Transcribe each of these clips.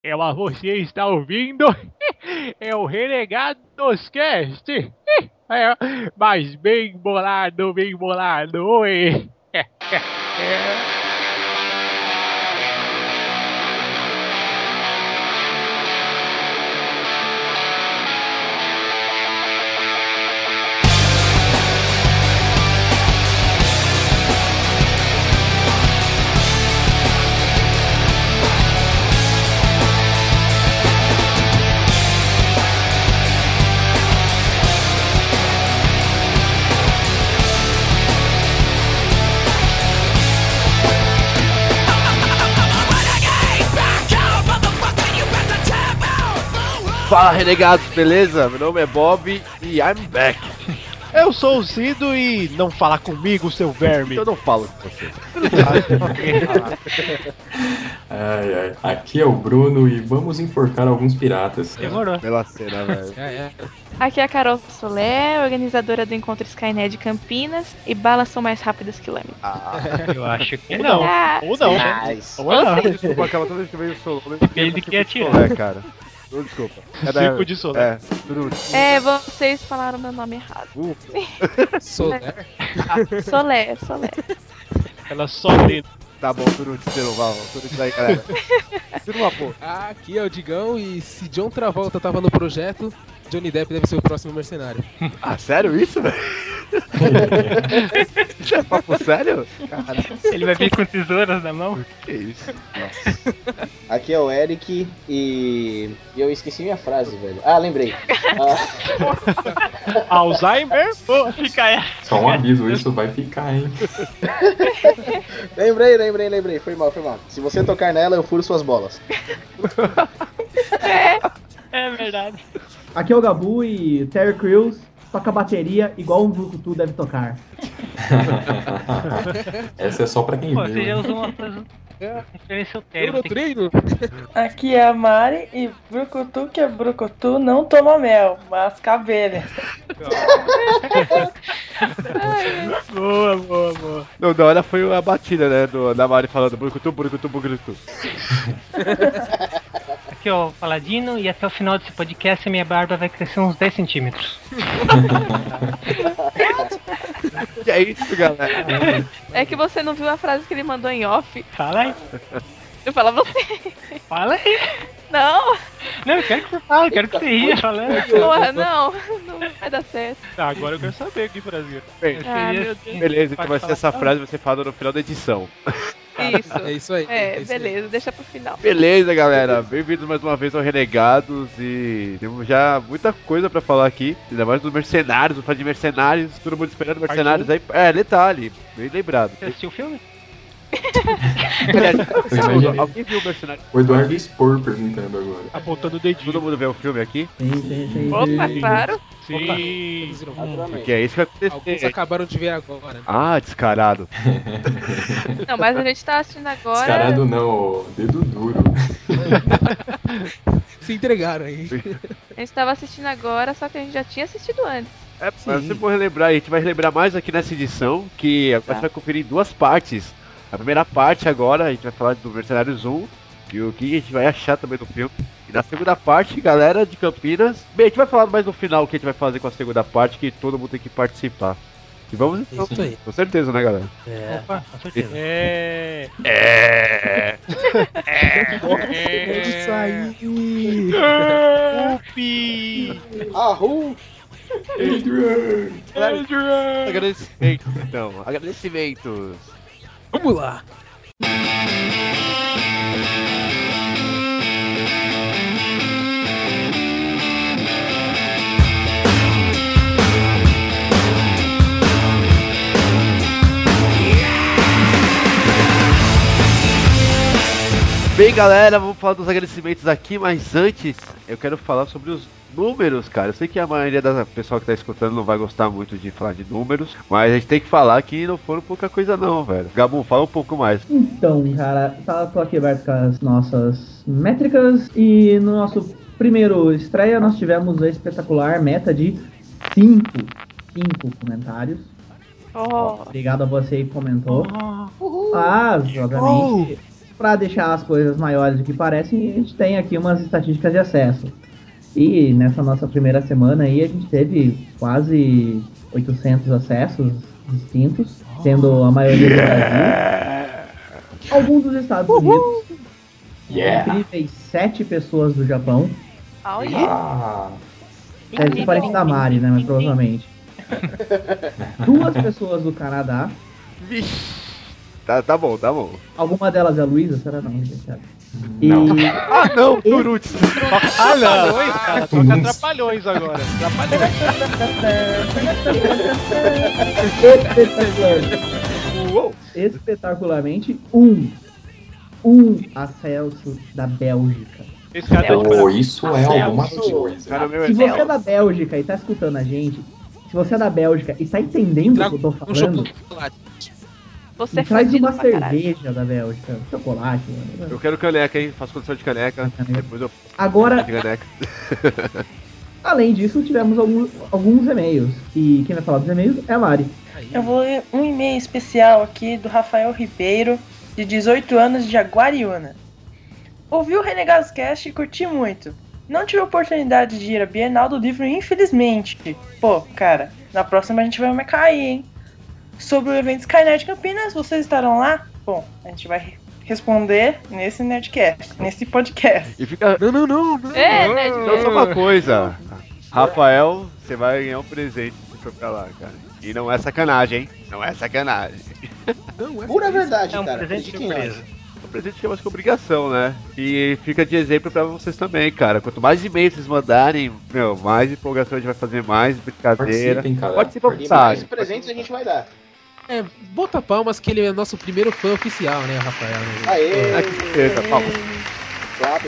Você está ouvindo? É o Renegados Cast. Mas bem bolado, bem bolado. Oi. Fala, renegados, beleza? Meu nome é Bob e I'm back. Eu sou o Cido e não fala comigo, seu verme. Eu não falo com você. Aqui é o Bruno e vamos enforcar alguns piratas. Demorou. Pela cena, velho. Aqui é a Carol Solé, organizadora do Encontro Skynet de Campinas, e balas são mais rápidas que lâminas. Eu acho que Ou não. Ou não. Ou não. Desculpa, aquela toda vez que veio o solo. Ele que ia tirar. Cara. Não, desculpa. Circo de Solé. Tudo. Vocês falaram meu nome errado. Solé? Solé. Ela só lê. Tá bom, tudo isso aí, galera. Tudo uma porra. Aqui é o Digão e se John Travolta tava no projeto, Johnny Depp deve ser o próximo mercenário. Ah, sério isso, velho? Isso é papo sério? Cara, Ele vai vir com tesouras na mão. que isso? Aqui é o Eric e eu esqueci minha frase, velho. Ah, lembrei. Alzheimer? Pô, fica aí. Só um aviso, isso vai ficar, hein? Lembrei. Foi mal. Se você tocar nela, eu furo suas bolas. É verdade. Aqui é o Gabu e Terry Crews toca bateria igual um brucutu deve tocar. Essa é só pra quem Pô, viu. você já hein? usou uma coisa. Referência ao termo. Eurotreino? Aqui é a Mari e brucutu que é brucutu não toma mel, mas cabelo. Boa. Não, da hora foi a batida, né? Da Mari falando burucutu. Aqui ó, o Paladino, e até o final desse podcast a minha barba vai crescer uns 10 centímetros. Que é isso, galera? É que você não viu a frase que ele mandou em off. Fala aí. Eu falo você. Fala aí. Não, Não, eu quero que você fale, eu quero que você ria falando. porra, não vai dar certo. Tá, agora eu quero saber que Brasil. Bem, Ah, meu Deus. beleza, então Pode vai ser falar. essa frase você fala no final da edição. Isso. É isso aí. isso aí. Beleza, deixa pro final. Beleza, galera. Bem-vindos mais uma vez ao Renegados e temos já muita coisa pra falar aqui. Ainda mais dos mercenários, vou falar de mercenários, todo mundo esperando mercenários aí. É, detalhe, bem lembrado. Você assistiu o filme? imaginei. Alguém viu o mercenário? O Eduardo Spor perguntando agora. Apontando o dedinho. Todo mundo vê o filme aqui? Sim. Opa, claro. Sim. Porque é isso que vai Alguns acontecer. acabaram de ver agora. Ah, descarado. Não, mas a gente tá assistindo agora. Descarado não, ó, dedo duro. Se entregaram aí. A gente tava assistindo agora, só que a gente já tinha assistido antes. É, mas você for relembrar, a gente vai relembrar mais aqui nessa edição, que agora você vai conferir em duas partes. A primeira parte agora, a gente vai falar do Mercenários 1, e o que a gente vai achar também do filme. E na segunda parte, galera de Campinas. Bem, a gente vai falar mais no final o que a gente vai fazer com a segunda parte, que todo mundo tem que participar. E vamos então, Isso aí. com certeza, né, galera? Opa, com certeza. Pode sair. Upi! Arru! Agradecimentos, então. Agradecimentos. Vamos lá. Bem, galera, vamos falar dos agradecimentos aqui, mas antes eu quero falar sobre os números, cara. Eu sei que a maioria da pessoal que tá escutando não vai gostar muito de falar de números, mas a gente tem que falar que não foram pouca coisa não, velho. Gabu, fala um pouco mais. Então, cara, tô aqui aberto com as nossas métricas e no nosso primeiro estreia nós tivemos a espetacular meta de 5 comentários. Oh, Obrigado a você que comentou. Mas, obviamente, para deixar as coisas maiores do que parecem, a gente tem aqui umas estatísticas de acesso. E nessa nossa primeira semana aí, a gente teve quase 800 acessos distintos, sendo a maioria do Brasil, alguns dos Estados Unidos, incríveis 7 pessoas do Japão. Deve ser parente da Mari, né? Mas provavelmente. 2 pessoas do Canadá. Vixe. Tá bom. Alguma delas é a Luísa? Será não, gente? Não. Não, Turutz. Trapalhões, cara. Toca Trapalhões agora. Espetacularmente, acesso da Bélgica. Esse cara isso é alguma coisa. Se você é da Bélgica e tá escutando a gente, se você é da Bélgica e tá entendendo o que eu tô falando, Você traz uma pra caralho. cerveja da Bélgica, chocolate. Eu quero caneca, hein? Faço condição de caneca. Depois eu Agora, de caneca. além disso, tivemos alguns e-mails. E quem vai falar dos e-mails é a Mari. Eu vou ler um e-mail especial aqui do Rafael Ribeiro, de 18 anos, de Jaguariúna. Ouvi o Renegados Cast e curti muito. Não tive a oportunidade de ir à Bienal do Livro, infelizmente. Pô, cara, na próxima a gente vai marcar aí, hein? Sobre o evento Skynet Campinas, vocês estarão lá? Bom, a gente vai responder nesse Nerdcast, nesse podcast. E fica. Não. Então só uma coisa. Rafael, você vai ganhar um presente se for pra lá, cara. E não é sacanagem, hein? Não é sacanagem. Pura verdade, É um cara. presente De quem surpresa. É um presente que eu acho que é obrigação, né? E fica de exemplo pra vocês também, cara. Quanto mais e-mails vocês mandarem, mais empolgação a gente vai fazer, mais brincadeira. Participa à E mais vontade. presentes a gente vai dar. Bota palmas que ele é nosso primeiro fã oficial, né, Rafael? Aê! Que certeza, palmas. Clap.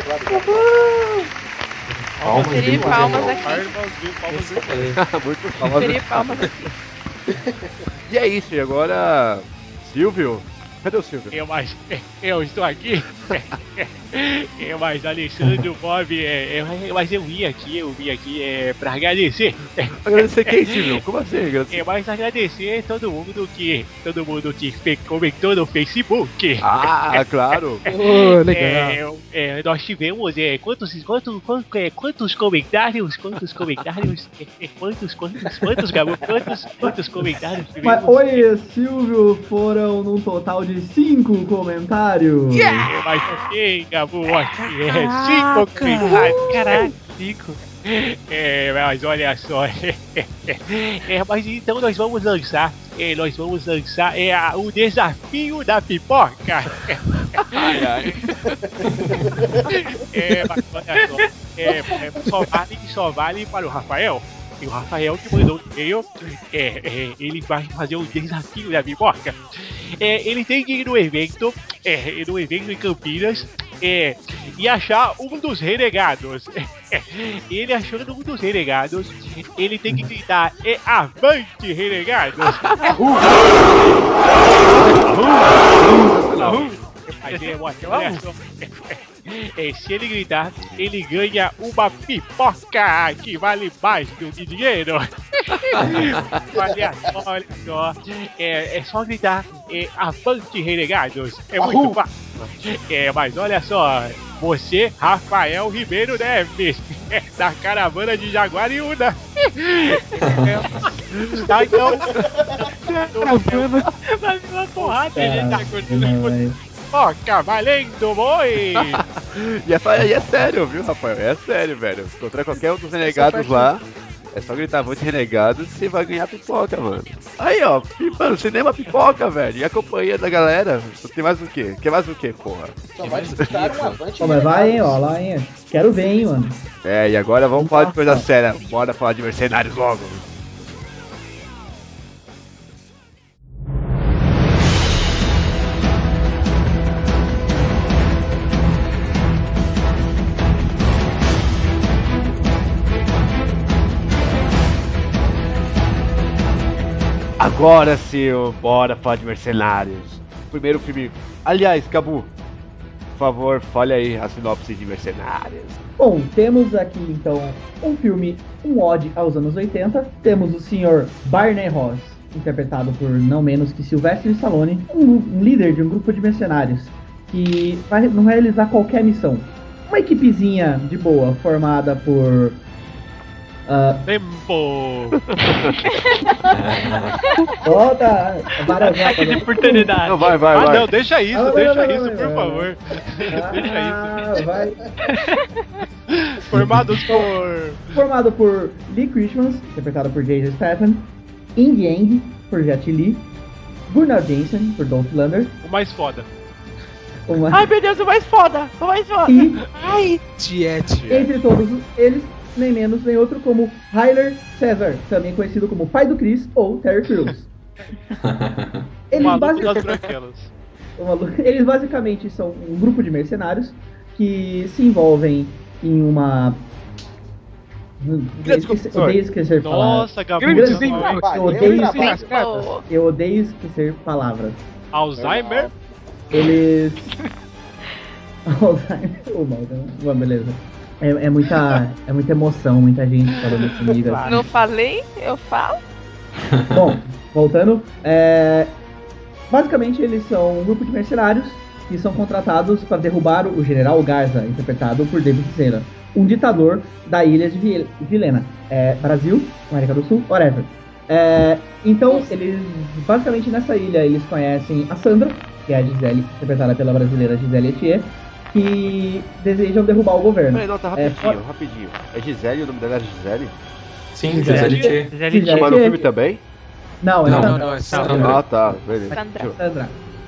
Seria palmas aqui. Muito palmas. Seria palmas aqui. E é isso, e agora. Silvio? Cadê o Silvio? Eu estou aqui. Mas Alexandre Bob, mas eu vim aqui pra agradecer. Agradecer quem, Silvio? Como assim? Agradecer? Mas agradecer todo mundo que comentou no Facebook. Ah, claro. Legal. Nós tivemos quantos comentários? Quantos comentários tivemos? Mas, oi, Silvio, foram num total de 5 comentários. Mas ok, Gabu, 5 comentários. Caraca, 5. Mas olha só. Mas então nós vamos lançar o desafio da pipoca. Ai. Mas olha só. Só vale para o Rafael. E o Rafael que mandou o e-mail, ele vai fazer o desafio da pipoca. Ele tem que ir no evento em Campinas, e achar um dos renegados. Ele achando um dos renegados, ele tem que gritar: avante, renegados! Olha só. Se ele gritar, ele ganha uma pipoca que vale mais do que dinheiro. Olha só. É só gritar: avante, renegados. É muito fácil. Mas olha só, você, Rafael Ribeiro Neves, da caravana de Jaguariúna. Tá, então. Vai vir uma porrada, ele tá curtindo. Pipoca valendo, boi! E é sério, viu, Rafael? É sério, velho. Se encontrar qualquer um dos renegados lá, é só gritar avante, renegados, e você vai ganhar pipoca, mano. Aí, ó, mano, cinema pipoca, velho. E a companhia da galera. Tem mais o quê? Quer mais o quê, porra? Só vai disputar um avante. Pô, mas vai, hein, ó, lá, hein. Quero ver, hein, mano. E agora vamos falar de coisa séria. Bora falar de mercenários logo. Agora sim, bora falar de Mercenários. Primeiro filme. Aliás, Gabu, por favor, fale aí a sinopse de Mercenários. Bom, temos aqui então um filme, um ode aos anos 80. Temos o Sr. Barney Ross, interpretado por não menos que Sylvester Stallone, um líder de um grupo de mercenários que não vai realizar qualquer missão. Uma equipezinha de boa, formada por... Tempo! Volta! Várias Ataque de oportunidade. Não, vai. Não, deixa isso, Não, por favor. Deixa isso. Vai. Formado por Lee Christmas, interpretado por Jason Statham, Ing Yang, por Jet Li, Gunnar Jensen, por Dolph Lundgren. O mais foda. Ai, meu Deus, o mais foda! E, Ai, Jet. entre todos eles, nem menos nem outro como Tyler Caesar, também conhecido como pai do Chris ou Terry Crews. Eles basicamente são um grupo de mercenários que se envolvem em uma... Odeio esquecer palavras. Nossa, Gabriel. Eu odeio esquecer palavras. Alzheimer? Eles... Alzheimer? Bom, beleza. É muita emoção, muita gente falando comigo. Assim. Não falei? Eu falo? Bom, voltando. Basicamente, eles são um grupo de mercenários que são contratados para derrubar o General Garza, interpretado por David Sena, um ditador da ilha de Vilena. Brasil, América do Sul, whatever. Então, eles, basicamente, nessa ilha, eles conhecem a Sandra, que é a Gisele, interpretada pela brasileira Gisele Etier, que desejam derrubar o governo. Peraí, não, tá rapidinho. É Gisele, o nome dela é Gisele? Sim, Gisele Etier. Mas no filme também? Não, é Sandra. Ah, tá, beleza. Sandra.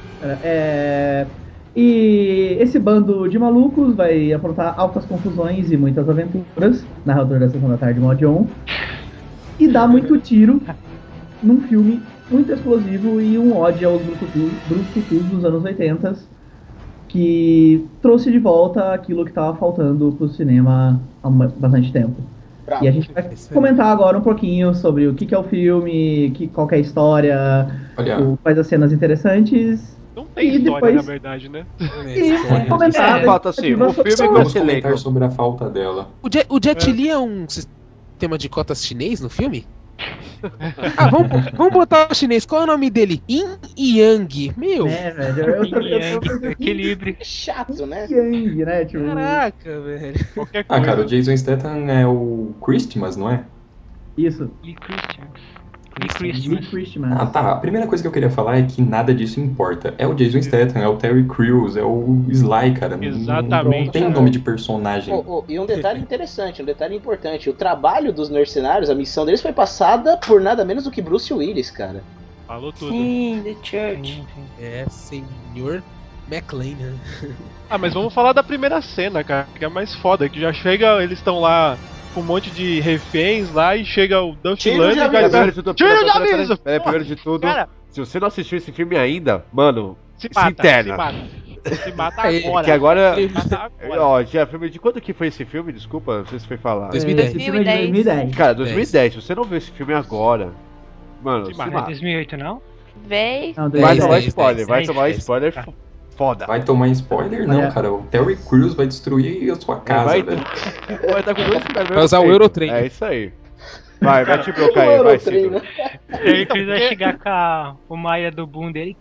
E esse bando de malucos vai aprontar altas confusões e muitas aventuras, narrador da Sessão da Tarde Mod On, e dá muito tiro num filme muito explosivo e um ódio aos brucutus dos anos 80, que trouxe de volta aquilo que estava faltando pro cinema há bastante tempo. E a gente vai comentar agora um pouquinho sobre o que é o filme, qual que é a história, quais as cenas interessantes. Não tem e história, depois... na verdade, né? E comentar. O filme é Vamos comentar sobre a falta dela. O Jet Li é um sistema de cotas chinês no filme? Vamos botar o chinês. Qual é o nome dele? Yin Yang. Meu. Velho. Equilíbrio. Chato, né? Yang, né? Tipo... Caraca, velho. Qualquer coisa. Cara, o Jason Statham é o Christmas, não é? Isso. Lee Christmas. Ah, tá. A primeira coisa que eu queria falar é que nada disso importa. É o Jason Statham, é o Terry Crews, é o Sly, cara. Exatamente. Não tem nome de personagem. E um detalhe interessante, um detalhe importante. O trabalho dos mercenários, a missão deles foi passada por nada menos do que Bruce Willis, cara. Falou tudo. Sim, The Church. Senhor McLean, né? Mas vamos falar da primeira cena, cara, que é a mais foda, que já chega, eles estão lá com um monte de reféns lá e chega o Dolph Lundgren e vai dar... Tiro de aviso! Primeiro de tudo, cara, se você não assistiu esse filme ainda, mano, se mata agora. Que agora... Ó, já filme de quando que foi esse filme? Desculpa, não sei se foi falar. 2010. Cara, 2010. Se você não viu esse filme agora, mano, se mata. 2008 não? Véi. Vai tomar spoiler, vai tomar spoiler foda. Vai tomar spoiler? Não, cara. O Terry Crews vai destruir a sua casa, velho. Vai estar com dois caras. Vai usar o Eurotrain. É isso aí. Vai te bloquear aí, vai, Cido. Ele vai chegar com o Maia do boom dele.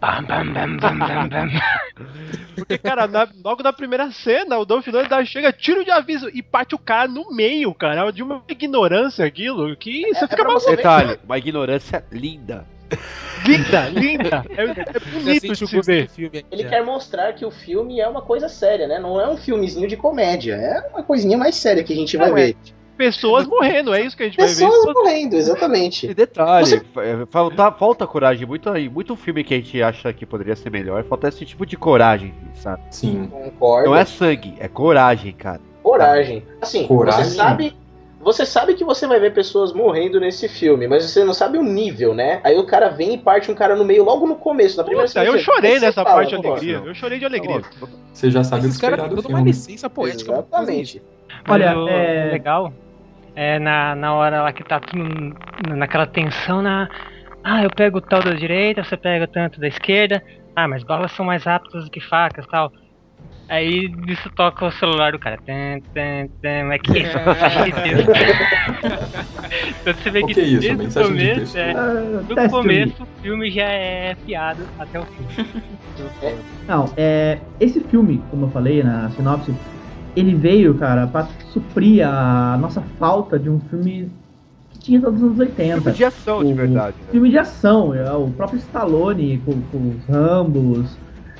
Porque, cara, logo na primeira cena, o Dolph Lundgren chega, tiro de aviso e parte o cara no meio, cara. De uma ignorância aquilo, que você fica maluco. Detalhe, uma ignorância linda. Linda. É bonito de se ver. Ele quer mostrar que o filme é uma coisa séria, né? Não é um filmezinho de comédia. É uma coisinha mais séria que a gente vai ver. Pessoas morrendo, é isso que a gente vai ver. Pessoas morrendo, exatamente. E detalhe, falta coragem. Muito filme que a gente acha que poderia ser melhor, falta esse tipo de coragem, sabe? Sim. Concordo. Não é sangue, é coragem, cara. Coragem. Assim, coragem. Você sabe que você vai ver pessoas morrendo nesse filme, mas você não sabe o nível, né? Aí o cara vem e parte um cara no meio logo no começo, na primeira cena. Eu chorei nessa parte de alegria. Eu chorei de alegria. Você já sabe o que esperar do filme. Uma licença poética. Exatamente. Olha, legal. Na hora lá que tá tudo naquela tensão, eu pego o tal da direita, você pega tanto da esquerda. Mas balas são mais rápidas do que facas e tal. Aí nisso toca o celular do cara. Mas que isso? Mensagem de texto. Então você vê O que que é isso? desde o Mensagem de começo, texto? no Teste começo o filme já é piada até o fim. Não, esse filme, como eu falei na sinopse, ele veio, cara, pra suprir a nossa falta de um filme que tinha todos os anos 80. Filme de ação, de verdade. Né? Filme de ação, o próprio Stallone com os Rambos,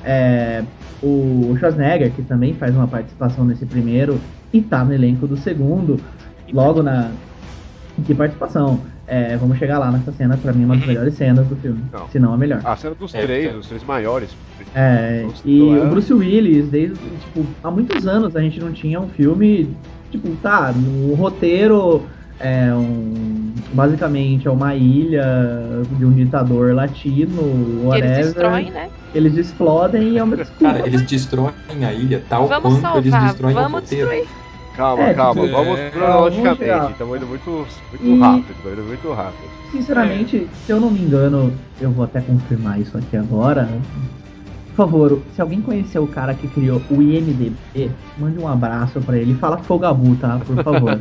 o Schwarzenegger, que também faz uma participação nesse primeiro e tá no elenco do segundo, logo na... Que participação? Vamos chegar lá nessa cena, pra mim, uma das melhores cenas do filme, se não a melhor. A cena dos três, os três maiores. E o Bruce Willis, há muitos anos a gente não tinha um filme, no roteiro, basicamente é uma ilha de um ditador latino, whatever. Eles destroem, né? Eles explodem e é uma desculpa. Cara, eles destroem a ilha tal Vamos quanto eles salvar, destroem o vamos roteiro. destruir. Calma, vamos cronologicamente. Estamos indo muito rápido. Sinceramente, se eu não me engano, eu vou até confirmar isso aqui agora. Por favor, se alguém conhecer o cara que criou o IMDb, mande um abraço pra ele. Fala Fogabu, tá? Por favor.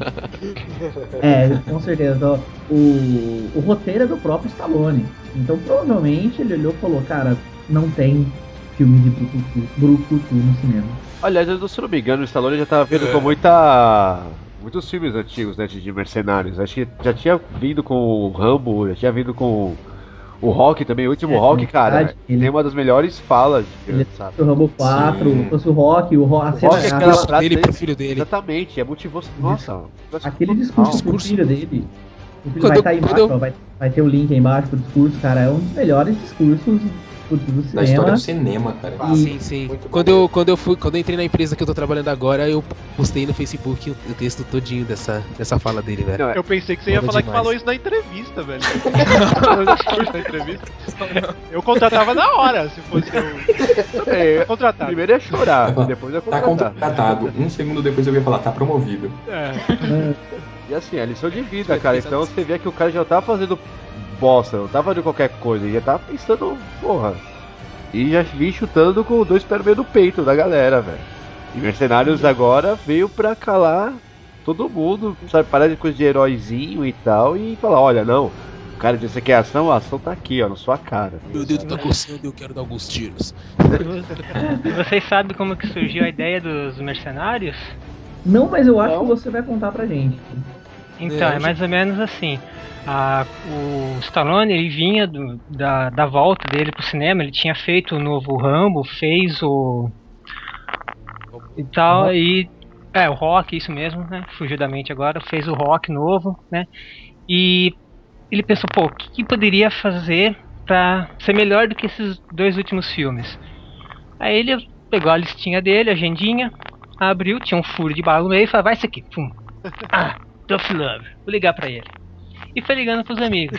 Com certeza. O roteiro é do próprio Stallone. Então, provavelmente, ele olhou e falou, cara, não tem filme de brucutu no cinema. Aliás, se não me engano, o Stallone já tava vindo com muitos filmes antigos, né, de mercenários. Acho que já tinha vindo com o Rambo, já tinha vindo com o Rock também. O último Rock, cara, tem uma das melhores falas. Sabe? O Rambo 4, fosse o Rock, a cena é aquela frase dele pro filho dele. Exatamente, é motivoso. Nossa, aquele discurso pro filho dele. O filho vai estar aí embaixo, vai ter o link aí embaixo pro discurso, cara. É um dos melhores discursos do cinema. Da história do cinema, cara. Sim. Quando eu entrei na empresa que eu tô trabalhando agora, eu postei no Facebook o texto todinho dessa fala dele, velho. Eu pensei que você ia falar que falou isso na entrevista, velho. Na entrevista. Eu contratava na hora, se fosse eu. Contratado. Primeiro ia chorar, depois ia contratar. Tá contratado. Um segundo depois eu ia falar, tá promovido. E assim, é lição de vida, cara. Então você vê que o cara já tá fazendo bosta, não tava de qualquer coisa, já tava pensando, porra. E já vim chutando com 2 pés no meio do peito da galera, velho. E Mercenários agora veio pra calar todo mundo, sabe, parar de coisa de heróizinho e tal, e falar, olha, não, o cara disse que é ação, a ação tá aqui, ó, na sua cara. Meu dedo tá coçando e eu quero dar alguns tiros. E vocês sabem como que surgiu a ideia dos Mercenários? Não, mas eu acho que você vai contar pra gente. Então, é mais ou menos assim. O Stallone, ele vinha da volta dele pro cinema, ele tinha feito o novo Rambo, fez o... e tal, o Rock, isso mesmo, né, fugiu da mente agora, fez o Rock novo, né, e ele pensou, o que poderia fazer pra ser melhor do que esses 2 últimos filmes? Aí ele pegou a listinha dele, a agendinha, abriu, tinha um furo de bala no meio e falou, vai isso aqui, pum, Tough Love, vou ligar pra ele. E foi ligando pros amigos.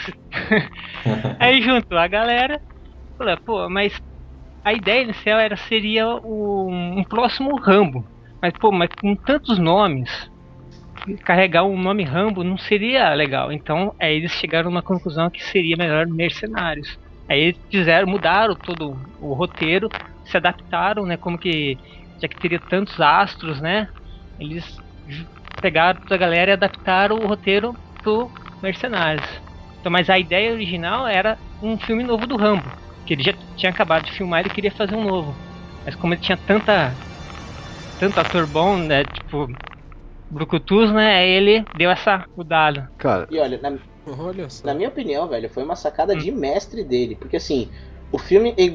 Aí juntou a galera, falou, mas a ideia inicial seria um próximo Rambo. Mas com tantos nomes, carregar um nome Rambo não seria legal. Então aí eles chegaram a uma conclusão que seria melhor Mercenários. Aí eles mudaram todo o roteiro, se adaptaram, né? Como que, já que teria tantos astros, né? Eles pegaram toda a galera e adaptaram o roteiro pro Mercenários. Então, mas a ideia original era um filme novo do Rambo, que ele já tinha acabado de filmar, ele queria fazer um novo. Mas como ele tinha tanto ator bom, né, tipo brucutus, né, aí ele deu essa mudada. Cara. E olha, na minha opinião, velho, foi uma sacada de mestre dele, porque assim, o filme é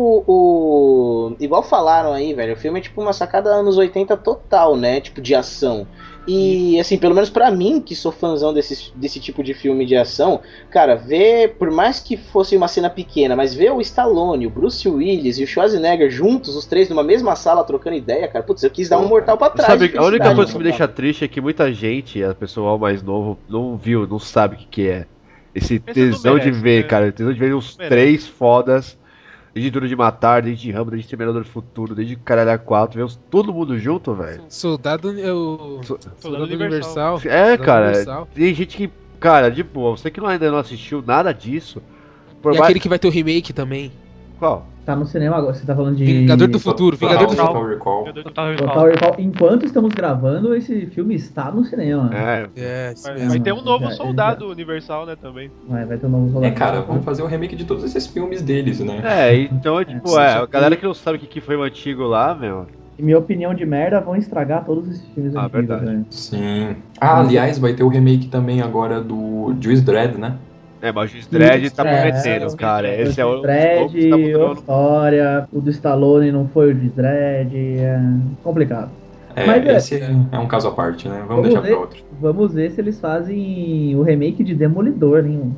igual falaram aí, velho, o filme é tipo uma sacada anos 80 total, né, tipo de ação. E assim, pelo menos pra mim, que sou fãzão desse tipo de filme de ação, cara, ver, por mais que fosse uma cena pequena, mas ver o Stallone, o Bruce Willis e o Schwarzenegger juntos, os três numa mesma sala trocando ideia, cara, putz, eu quis dar um mortal pra trás. Sabe, a única coisa que me deixa triste é que muita gente, a pessoal mais novo, não viu, não sabe o que é. Esse tesão de ver, cara, tesão de ver uns 3 fodas. Desde Duro de Matar, desde Rambo, desde Terminador do Futuro, desde Caralho 4, vemos todo mundo junto, velho. Soldado Universal. Cara, Universal. Tem gente que, cara, tipo, você que ainda não assistiu nada disso. Aquele que vai ter o remake também. Qual? tá no cinema agora. Você tá falando de. Vingador do Futuro, Vingador do Total Futuro. Recall. Total Recall. Enquanto estamos gravando, esse filme está no cinema. Isso Vai mesmo. ter um novo Já- soldado universal, né, também. Vai ter um novo soldado. Cara, vamos fazer o remake de todos esses filmes deles, né? Então, tipo, a galera que não sabe o que foi o antigo lá, meu. Em minha opinião de merda, vão estragar todos esses filmes antigos. Verdade. Né? Sim. Aliás, vai ter o remake também agora do Juice Dredd, né? Mas o Juiz Dredd tá prometendo, cara. Esse é o Dredd, que tá mudando. história, o do Stallone não foi o de Dredd, é complicado. Mas, Esse é um caso à parte, né? Vamos deixar pra outro. Vamos ver se eles fazem o remake de Demolidor, hein?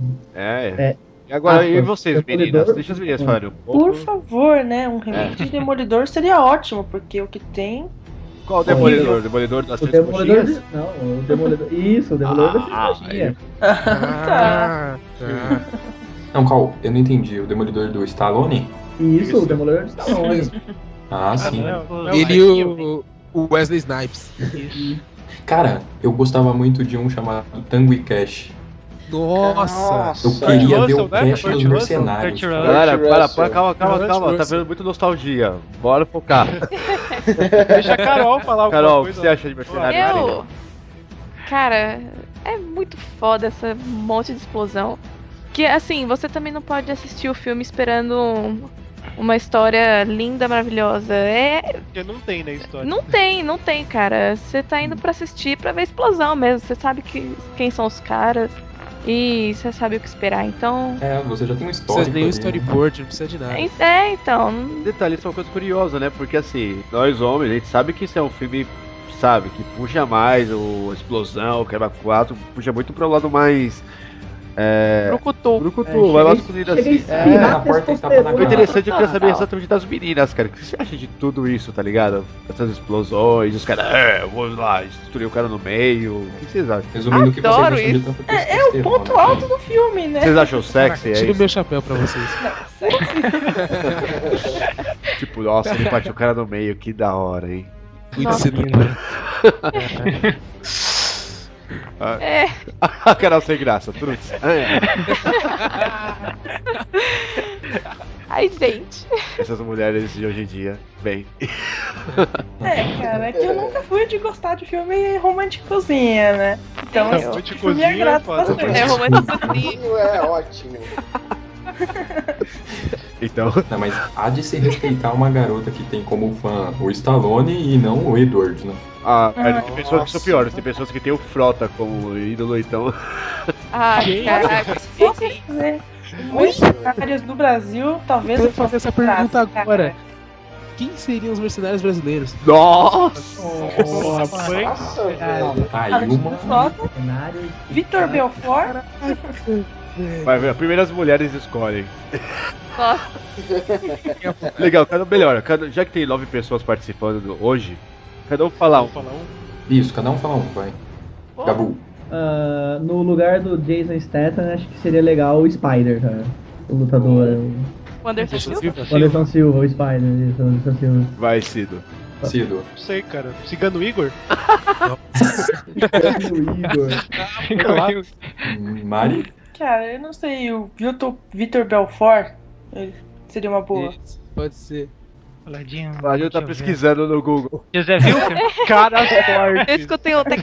E agora, e Aspas, vocês, Demolidor. meninas? Deixa as meninas falarem um pouco. Por favor, né? Um remake de Demolidor seria ótimo, porque o que tem. Qual o Demolidor? O Demolidor das O três Demolidor coxinhas? Não, o Demolidor. Isso, o Demolidor da coxinha. Tá. Não, qual? Eu não entendi. O Demolidor do Stallone? Isso, o Demolidor do Stallone. Sim. Ele e o Wesley Snipes. Cara, eu gostava muito de um chamado Tango e Cash. Nossa! Eu queria ver o Russell, né? Cash Kurt dos Russell, mercenários. Kurt Russell. Galera, Russell. calma. Tá vendo muito nostalgia. Bora focar. Deixa a Carol falar alguma Carol, o coisa. que você acha de mercenário? Cara, é muito foda essa monte de explosão. Que assim, você também não pode assistir o filme esperando uma história linda, maravilhosa. Porque não tem na história. Não tem, cara. Você tá indo pra assistir pra ver explosão mesmo. Você sabe quem são os caras e você sabe o que esperar. Então. Você já tem um Não histórico. precisa nem um ali, storyboard, não precisa de nada. Então. Detalhe, isso é uma coisa curiosa, né? Porque assim, nós homens, a gente sabe que isso é um filme, sabe, que puxa mais a explosão, o quebra 4, puxa muito pro lado mais. Brucutu, vai masculino assim. O interessante é eu queria saber exatamente das meninas, cara. O que você acha de tudo isso, tá ligado? Essas explosões, os caras, vamos lá, destruir o cara no meio. O que vocês acham? Resumindo, o que vocês Adoro acham de isso. tanto É o ponto alto do filme, né? Vocês acham sexy? É Tira o isso? meu chapéu pra vocês. Tipo, nossa, ele partiu o cara no meio, que da hora, hein? Muito cedo. A Carol sem graça, Trutz. Ai, gente. Essas mulheres de hoje em dia, bem. Cara, é que eu nunca fui de gostar de filme românticozinha, né? Então, tipo, me agrada bastante. É românticozinho. É ótimo. Então. Não, mas há de se respeitar uma garota que tem como fã o Stallone e não o Edward, né? Tem pessoas que são piores, tem pessoas que tem o Frota como ídolo, então. Caraca. Muitos mercenários do Brasil, talvez Eu vou fazer essa pergunta frasse, agora. cara. Quem seriam os mercenários brasileiros? Nossa! velho. Uma. Frota, Vitor Belfort. Vai ver, primeiras mulheres escolhem. Nossa. Legal, melhor, já que tem 9 pessoas participando hoje, cada um falar um. Isso, cada um fala um, vai. Gabu. No lugar do Jason Statham, acho que seria legal o Spider, cara. O lutador. O Anderson Silva? O Anderson Silva, o Spider, isso, o Anderson Silva. Vai, Cido. Cido. Não sei, cara. Cigano Igor? Igor. Mari? Cara, eu não sei, o Vitor Belfort ele seria uma boa. Isso, pode ser. Paladinho. O Ladinho tá pesquisando no Google. José Wilker? Caras Eu fortes. escutei o tec.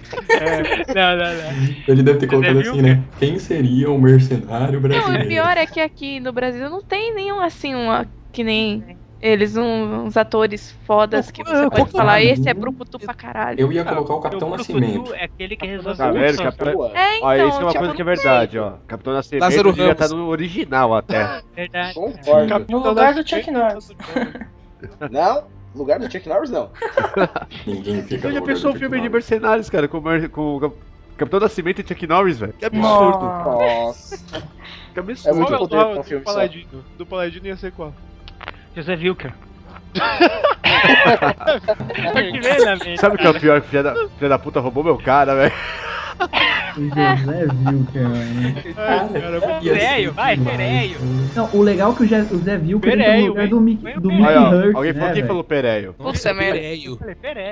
Não. Ele deve ter colocado viu? assim, né? Quem seria um mercenário Não, brasileiro? o pior é que aqui no Brasil não tem nenhum assim, que nem eles, uns atores fodas que você pode falar, esse é brucutu pra caralho. Eu ia colocar o Capitão Nascimento. É aquele que resolve Tá vendo? tudo. Capitão... Então, Ó, isso é uma tipo, coisa que é não verdade, ó. Capitão Nascimento Lázaro devia Ramos. estar no original até. Verdade. Concordo. No lugar do Chuck Norris. Não, no lugar do Chuck Norris, não. Ninguém fica Então no já lugar pensou do um filme Chuck de Norris. mercenários, cara, com o Capitão Nascimento e Chuck Norris, velho? Que absurdo. Nossa. Que É absurdo. muito Qual é o poder pra um filme do só. Paladino? Do Paladino ia ser qual? José Wilker. Que vem na mente. Sabe o que é o pior? Filha da puta roubou meu cara, velho. O José Wilker, mano. Fereio, vai, fereio. Não, o legal é que o Zé Wilker ele tá no lugar do Mickey Aí, ó, Hurt, alguém falou, né, quem velho? falou Pereio? Puta merda. Pereio.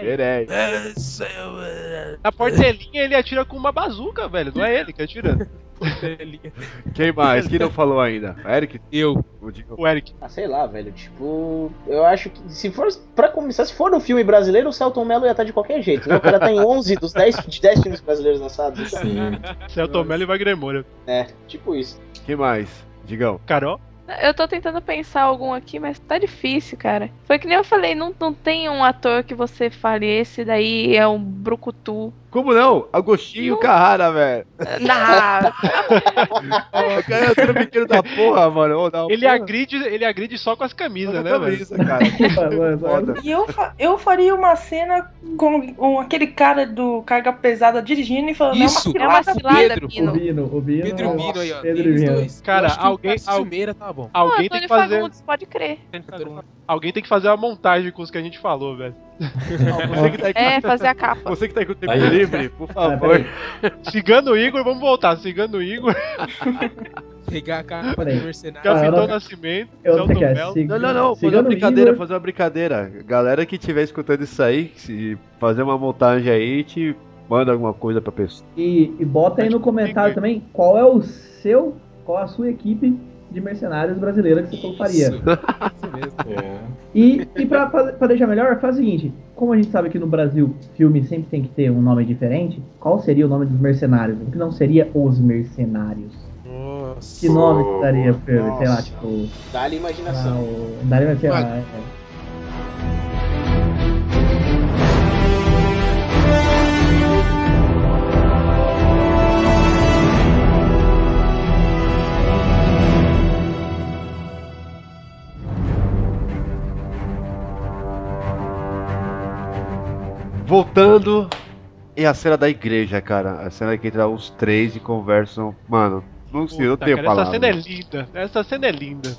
Pereio. Na portelinha ele atira com uma bazuca, velho. Não é ele que atira. Quem mais? Quem não falou ainda? Eric? Eu. O Eric. Ah, sei lá, velho. Tipo, eu acho que se for pra começar, se for no filme brasileiro, o Celton Mello ia estar de qualquer jeito. Né? O cara tá em 11 dos 10 filmes brasileiros lançados. Então. Sim. Celton Mello e Wagner Moura. É, tipo isso. Quem mais? Digão. Carol? Eu tô tentando pensar algum aqui, mas tá difícil, cara. Foi que nem eu falei, não tem um ator que você fale, esse daí é um brucutu. Como não? Agostinho Carrara, velho. Não. O cara é outro pequeno da porra, mano. Ô, Ele agride só com as camisas, né, velho? Camisa, cara. Foda. E eu faria uma cena com aquele cara do Carga Pesada dirigindo e falando, Isso. é uma cilada, Pedro. Pino. O Bino. Pedro Bino aí, ó. Pedro Eles Bino. dois. Cara, Eu acho que alguém- o Tarcísio Meira tá bom. Alguém tem que fazer. Fagundes, pode crer. Alguém tem que fazer uma montagem com os que a gente falou, velho. Você que tá aí com, É, fazer a capa. você que tá aí com o tempo Aí. livre, por favor. Peraí. Cigano Igor, vamos voltar. Cigano Igor, Pegar a cara Peraí. do mercenário. Ah, eu Capitão não- Nascimento, Eu Celton quero Mello. Não, fazer uma brincadeira, fazer uma brincadeira. Galera que estiver escutando isso aí, se fazer uma montagem aí, te manda alguma coisa pra pessoa. E bota aí no comentário também qual é a sua equipe de mercenários brasileira que você faria. Isso mesmo. É. E pra deixar melhor, faz o seguinte: como a gente sabe que no Brasil filme sempre tem que ter um nome diferente, qual seria o nome dos mercenários? O que não seria os mercenários? Nossa. Que nome daria pro filme? Sei lá, Nossa. tipo. Dá-lhe imaginação. Daria, sei lá. Vai. Voltando, e a cena da igreja, cara. A cena que entra os três e conversam. Mano, não sei, eu não Puta, tenho cara, palavras. essa cena é linda. Essa cena é linda.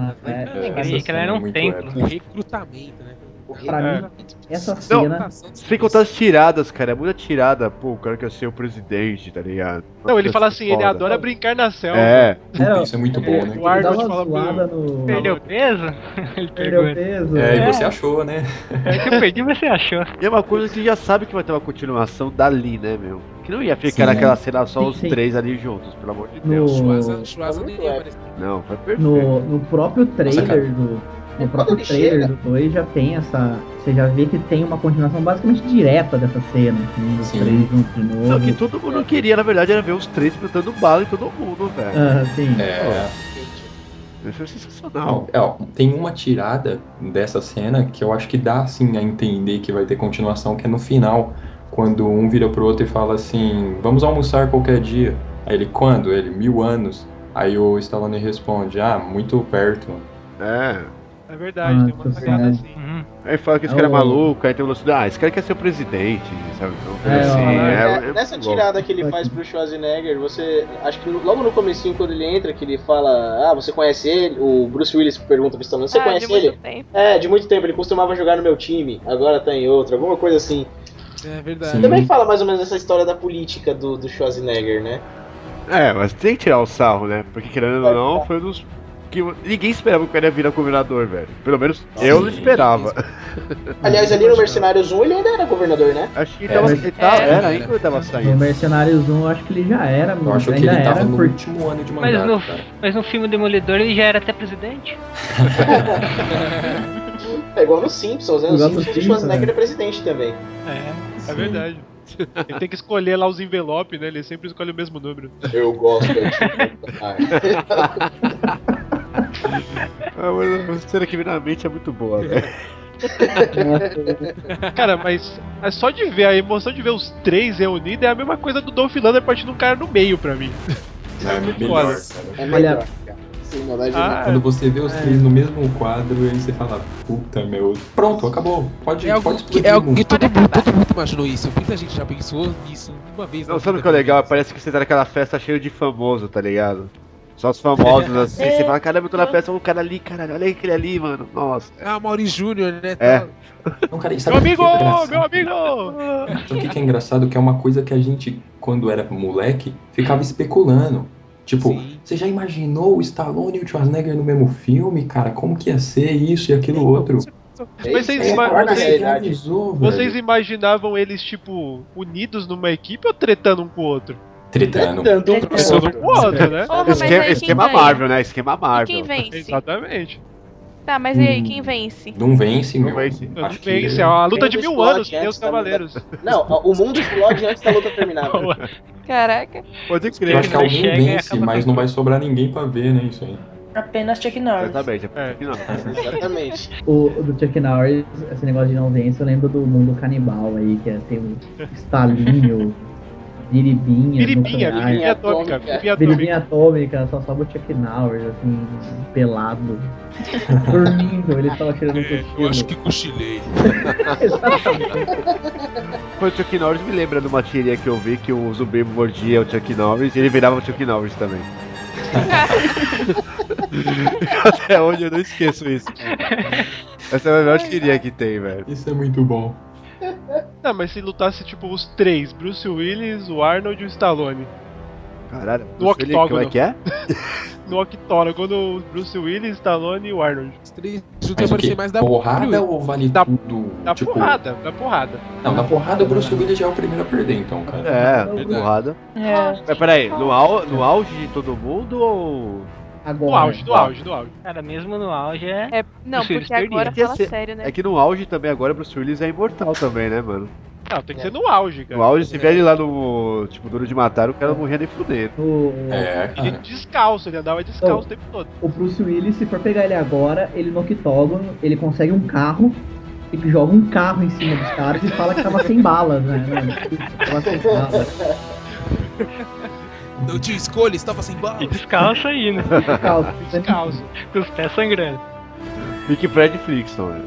Igreja, que ela era um muito templo. épica. Recrutamento, né? Pra É. mim, essa cena. Sem contar as tiradas, cara. É muita tirada. Pô, o cara quer ser o presidente, tá ligado? Não, ele Nossa, fala assim, ele foda. adora brincar na selva. É. Puta, isso é muito bom, né? O Arnold Dá uma fala zoada pro... no. Perdeu peso? Ele Perdeu peso. É, e você achou, né? É que eu perdi, você achou. E é uma coisa que já sabe que vai ter uma continuação dali, né, meu? Que não ia ficar Sim. naquela cena só Sim, os sim. três ali juntos, pelo amor de No- Deus. Schwarza não ia aparecer. Não, foi perfeito. No próprio trailer cara. No próprio ele trailer chega. do 2 já tem essa. Você já vê que tem uma continuação basicamente direta dessa cena, assim, dos Sim. três juntos de novo. Não, que todo mundo queria, na verdade, era ver os três plantando bala em todo mundo, velho. Ah, sim. É. Isso é sensacional. Ó, tem uma tirada dessa cena que eu acho que dá assim a entender que vai ter continuação, que é no final, quando um vira pro outro e fala assim, vamos almoçar qualquer dia. Aí ele, quando? Ele, 1000 anos. Aí o Stallone responde, muito perto. É. É verdade, tem uma Nossa sacada Senhora. assim. Aí fala que esse cara é maluco, aí tem o lance, esse cara quer ser o presidente, sabe? Então, Nessa tirada que ele faz pro Schwarzenegger, você. Acho que logo no comecinho, quando ele entra, que ele fala, você conhece ele? O Bruce Willis pergunta pro Stallone, você conhece de ele? muito tempo. É, de muito tempo, ele costumava jogar no meu time, agora tá em outro, alguma coisa assim. É verdade. Também fala mais ou menos essa história da política do Schwarzenegger, né? É, mas tem que tirar o sarro, né? Porque querendo ou não, foi um dos que ninguém esperava que o cara ia virar governador, velho. Pelo menos eu não esperava. Aliás, ali no Mercenários 1 ele ainda era governador, né? Acho que ele tava, era ainda ou ele tava No saindo? Mercenários 1 eu acho que ele já era, Eu acho que ainda ele tava era no por... último ano de Mas mandato, no, cara. mas no filme Demolidor ele já era até presidente. É igual no Simpsons, né? No Igual no Simpsons o Simpsons, Schwarzenegger né? é presidente também. É verdade. Ele tem que escolher lá os envelopes, né? Ele sempre escolhe o mesmo número. Eu gosto de Mas a cena que vem na mente é muito boa, velho. Cara, mas é só de ver a emoção de ver os três reunidos é a mesma coisa do Dolph Lundgren partindo um cara no meio pra mim. É melhor, cara. É melhor, cara. Sem maldade Quando você vê os três no mesmo quadro, aí você fala, puta meu, pronto, acabou. Pode explodir. É algo que todo mundo imaginou isso. Muita gente já pensou nisso uma vez. Não, sabe o que é legal? Parece que você tá naquela festa cheia de famoso, tá ligado? Só os famosos assim, você fala, caramba, eu tô na festa, olha o cara ali, caralho, olha aquele ali, mano, nossa. Mauri Júnior, né? É. Não, cara, e Meu sabe o que amigo! é engraçado? Meu amigo! Sabe o que é engraçado? Que é uma coisa que a gente, quando era moleque, ficava especulando. Tipo, Sim. você já imaginou o Stallone e o Schwarzenegger no mesmo filme, cara? Como que ia ser isso e aquilo outro? Mas vocês, na realidade. Realizou, vocês velho. imaginavam eles, tipo, unidos numa equipe ou tretando um com o outro? Tretando. Pensando com o outro, né? Porra, mas aí quem Esquema ganha? Marvel, né? Esquema E Marvel. quem vence? Exatamente. Tá, mas e aí, quem vence? Não vence, meu. vence. Acho que Vence, é uma luta O de mundo 1000 anos, explode que nem os antes da luta. cavaleiros. Não, o mundo explode antes da luta terminar. velho. Caraca. Pode eu crer. acho que alguém chega e vence, acaba mas com não vai sobrar ninguém pra ver, né? Isso aí. Apenas Chuck Norris. Exatamente. É. Exatamente. O do Chuck Norris, esse negócio de não vence, eu lembro do mundo canibal aí, que tem o Estalinho, Biribinha, Biribinha Biribinha atômica. atômica. Biribinha atômica, só sobe o Chuck Norris, assim, pelado, dormindo, ele tava tirando um cochilo. Eu acho que cochilei. Foi o Chuck Norris, me lembra de uma tirinha que eu vi que o zumbi mordia o Chuck Norris e ele virava o Chuck Norris também. Até hoje eu não esqueço isso. Essa é a melhor tirinha que tem, velho. Isso é muito bom. Não, mas se lutasse tipo os três, Bruce Willis, o Arnold e o Stallone. Caralho, No octógono. como é que é? No octógono, o Bruce Willis, Stallone e o Arnold. Os três juntos Mas o aparecer quê? mais da Porrada ou vale Dá- tudo? Dá Tipo, porrada, dá porrada. Não, na porrada o Bruce Willis já é o primeiro a perder, então, cara. É, porrada. É. Mas peraí, no auge de todo mundo ou. Agora, No auge, no auge, no auge. Cara, mesmo no auge é. É, não, Bruce Willis porque agora perdia. fala Ia ser- sério, né? É que no auge também agora Bruce Willis é imortal também, né, mano? Não, tem que ser no auge, cara. No auge, se vier ele lá no. Tipo, Duro de Matar, o cara não morria nem fudendo. É, Ele cara. descalço, ele andava descalço o tempo todo. o Bruce Willis, se for pegar ele agora, ele no octógono, ele consegue um carro, ele joga um carro em cima dos caras e fala que tava sem balas, né? Tava sem balas. Não tinha escolha, estava sem bala. E descalço aí, né? Descalço. Descalço. Com os pés sangrando. Fique Fred Flintstone, né?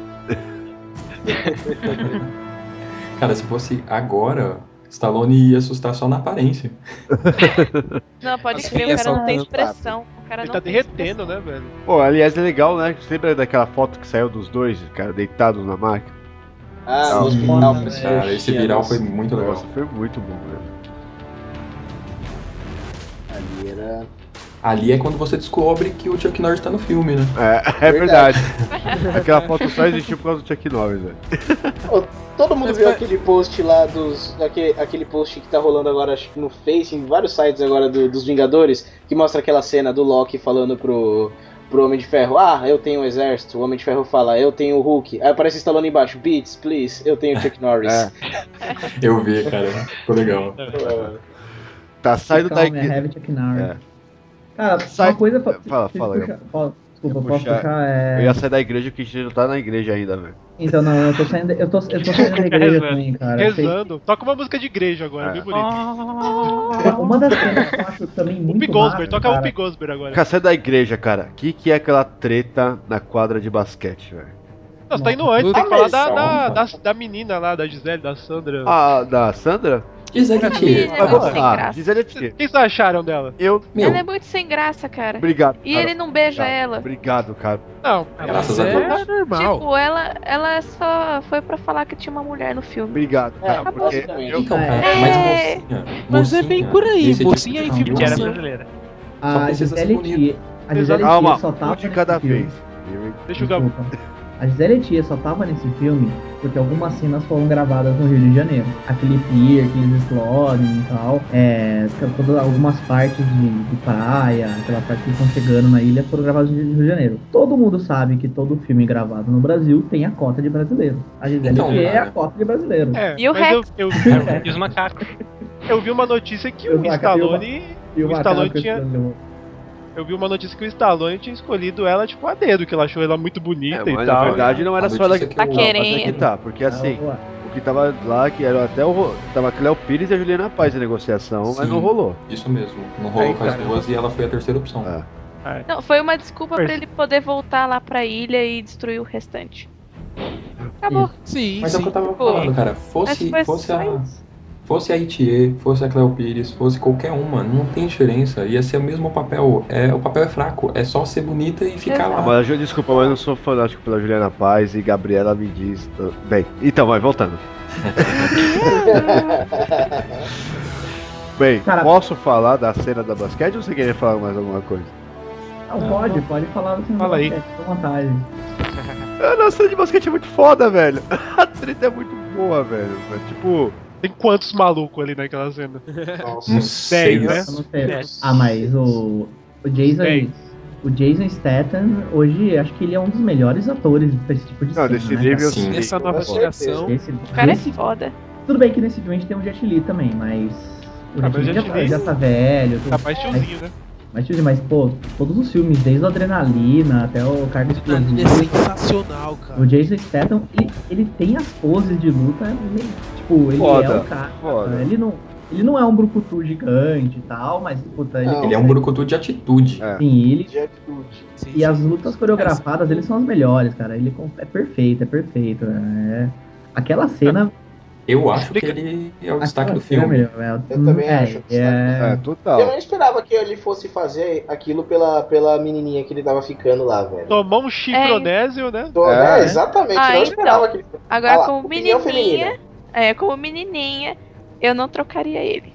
Cara, se fosse agora, Stallone ia assustar só na aparência. Não, pode Assim, crer, o é cara não tem só- expressão. O cara Ele não tá tem derretendo, né, velho? Pô, aliás, é legal, né? Você lembra daquela foto que saiu dos dois, cara, deitados na máquina? Ah, Não, no hospital. Cara, esse viral foi muito legal. Nossa, foi muito bom, velho. Ali era... Ali é quando você descobre que o Chuck Norris tá no filme, né? É verdade. Aquela foto só existiu por causa do Chuck Norris, velho. Todo mundo viu aquele post lá aquele post que tá rolando agora, acho que no Face, em vários sites agora dos Vingadores, que mostra aquela cena do Loki falando pro Homem de Ferro, eu tenho um exército. O Homem de Ferro fala, eu tenho o Hulk. Aí aparece Stallone embaixo, Beats, please, eu tenho o Chuck Norris. Eu vi, cara. Ficou legal. Tá saindo da Calma, é igreja. Heavy Chuck Norris. É. Cara, Sai- uma coisa... Fala, deixa eu fala, puxar- fala, desculpa, Eu posso puxar- puxar? Eu ia sair da igreja porque a gente não tá na igreja ainda, velho. Então, não, eu tô saindo da igreja também, cara. Rezando. Toca uma música de igreja agora, É. bem bonito. Uma das cenas que eu acho também muito Whoopi Goldberg, massa, toca cara, Whoopi Goldberg agora. Cara, sai da igreja, cara. Que é aquela treta na quadra de basquete, velho? Não, você tá indo antes, tem que Ah, falar mas da menina lá, da Gisele, da Sandra. Ah, da Sandra? Gisele Sim, que? né? Vai Não, sem voltar. graça. Gisele é O tia. que vocês acharam dela? Eu. Meu, Ela é muito sem graça, cara. Obrigado. E cara. ele não beija Obrigado. ela. Obrigado, cara. Não, graças a Deus. É normal. Tipo, ela só foi pra falar que tinha uma mulher no filme. Obrigado, cara. acabou, Porque basicamente. eu, Então, cara, É. mas mocinha. Mas é bem por aí, desse mocinha tipo em de filme Que era mocinha. brasileira. Só A precisa ser Gisele bonita. Tia, a Gisele calma, Tia só tava um de nesse cada filme. vez. deixa o Gabu. Desculpa. A Gisele Tia só tava nesse filme porque algumas cenas foram gravadas no Rio de Janeiro. Aquele pier que eles explodem e tal. Algumas partes de praia, aquela parte que estão chegando na ilha foram gravadas no Rio de Janeiro. Todo mundo sabe que todo filme gravado no Brasil tem a cota de brasileiro. A Gisele Então, Tia é cara. a cota de brasileiro. É, E o mas Rex? E os macacos. eu vi uma notícia que Eu o vi Stallone. E o macaco Stallone que tinha. escolheu. Eu vi uma notícia que o Stallone tinha escolhido ela, tipo, a dedo, que ele achou ela muito bonita e mas na tal. verdade não era A só ela notícia que que eu- Tá mas é querendo. que tá, porque assim, Ah, o que tava lá, que era até o. Tava a Cleo Pires e a Juliana Paz em negociação, mas Sim. não rolou. Isso mesmo. Não rolou Aí, com as cara. duas e ela foi a terceira opção. É. Não, foi uma desculpa pra ele poder voltar lá pra ilha e destruir o restante. Acabou. Sim, Mas é o que eu tava Pô, falando, cara. Mas foi Fosse só a isso. Fosse a Itie, fosse a Cleo Pires, fosse qualquer uma, não tem diferença. Ia ser o mesmo papel. O papel é fraco, é só ser bonita e ficar lá. Mas desculpa, mas eu não sou fanático pela Juliana Paz e Gabriela me diz. Bem, então vai, voltando. Bem, Cara- posso falar da cena da basquete ou você queria falar mais alguma coisa? Não, pode falar. Você não Fala aí. Fica à vontade. A cena de basquete é muito foda, velho. A treta é muito boa, velho. Tipo, Tem quantos malucos ali naquela cena? Nossa. Uns 10, né? seis. Eu não sei. Dez. Ah, mas o Jason. Dez. O Jason Statham, hoje, acho que ele é um dos melhores atores pra esse tipo de Não, cena, desse né, nível cara? Sim. Nessa nova Com geração. O cara é foda. Tudo bem que nesse filme a gente tem um Jet Li também, mas... O Ah, mas Jet Li Jet Li já tá velho. Tá mais tiozinho, né? Mas, pô, todos os filmes, desde o Adrenalina até o Carga Ele é Explosiva... sensacional, cara. O Jason Statham, ele tem as poses de luta, tipo, ele Foda, é o cara. foda. Ele não é um brucutu gigante e tal, mas, puta, ele Não. Ele é um brucutu de atitude. É. Sim, ele... De atitude. Sim, E as sim. lutas coreografadas dele são as melhores, cara. Ele é perfeito, é perfeito. Aquela cena... Eu acho que ele é o destaque do aquela cena filme. é melhor. Eu também acho. Total. Eu não esperava que ele fosse fazer aquilo pela menininha que ele tava ficando lá, velho. Tomou um chifronésio, né? É, exatamente. Ah, não esperava então. que ele Agora, Ah lá, como opinião menininha, feminina. como menininha, eu não trocaria ele.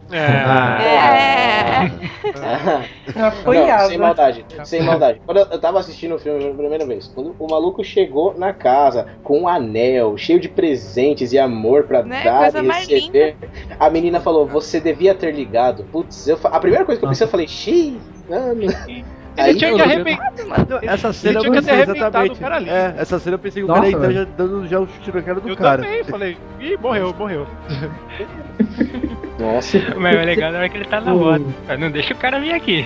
Apoiado. Não, sem maldade, sem maldade. Quando eu tava assistindo o filme pela primeira vez, quando o maluco chegou na casa com um anel cheio de presentes e amor pra Né? dar Coisa e mais receber, a menina falou, você devia ter ligado. Putz, a primeira coisa que eu pensei, eu falei, xiii, mano. Ele tinha que arrebentar. Essa cena tinha que eu ter pensei arrebentado exatamente. o cara ali. Essa cena eu pensei que o Nossa, cara ia velho. já dando já um chute na cara do Eu cara. também, falei, ih, morreu. Nossa. Mas é legal na hora que ele tá na moto. Não deixa o cara vir aqui.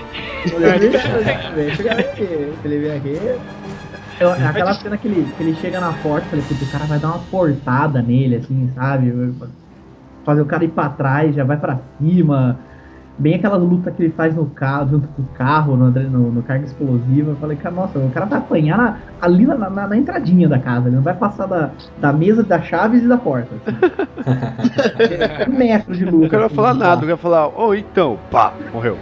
Ele vem aqui. Aquela cena que ele chega na porta, falei, o cara vai dar uma portada nele, assim, sabe? Fazer o cara ir pra trás, já vai pra cima. Bem aquelas lutas que ele faz no carro, junto com o carro, no carga explosiva. Eu falei, cara, nossa, o cara vai apanhar ali na entradinha da casa. Ele não vai passar da mesa, das chaves e da porta. Assim. 1 metro de luta. O cara não vai assim, falar de nada, lá. o cara vai falar, então, pá, morreu.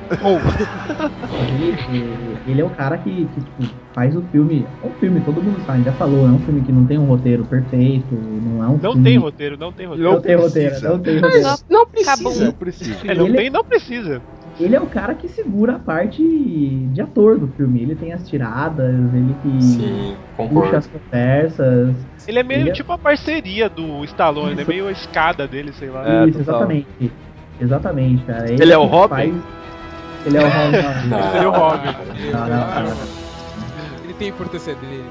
Ele é o cara que tipo, faz o filme. É um filme, todo mundo sabe, já falou, é um filme que não tem um roteiro perfeito, não é um Não filme... tem roteiro, não tem roteiro. Não tem roteiro, não tem roteiro. Não precisa. Acabou. Não precisa. Não Ele- tem, não precisa. Ele é o cara que segura a parte de ator do filme. Ele tem as tiradas, ele que Sim, puxa concordo. as conversas. Ele é meio Ele é- tipo a parceria do Stallone, Isso. é meio a escada dele, sei lá. É, Isso, total. exatamente. Exatamente, cara. Ele é o que Robin? Ele é o Robin. Não, Ele é o Robin. Não. Ele tem a importância dele.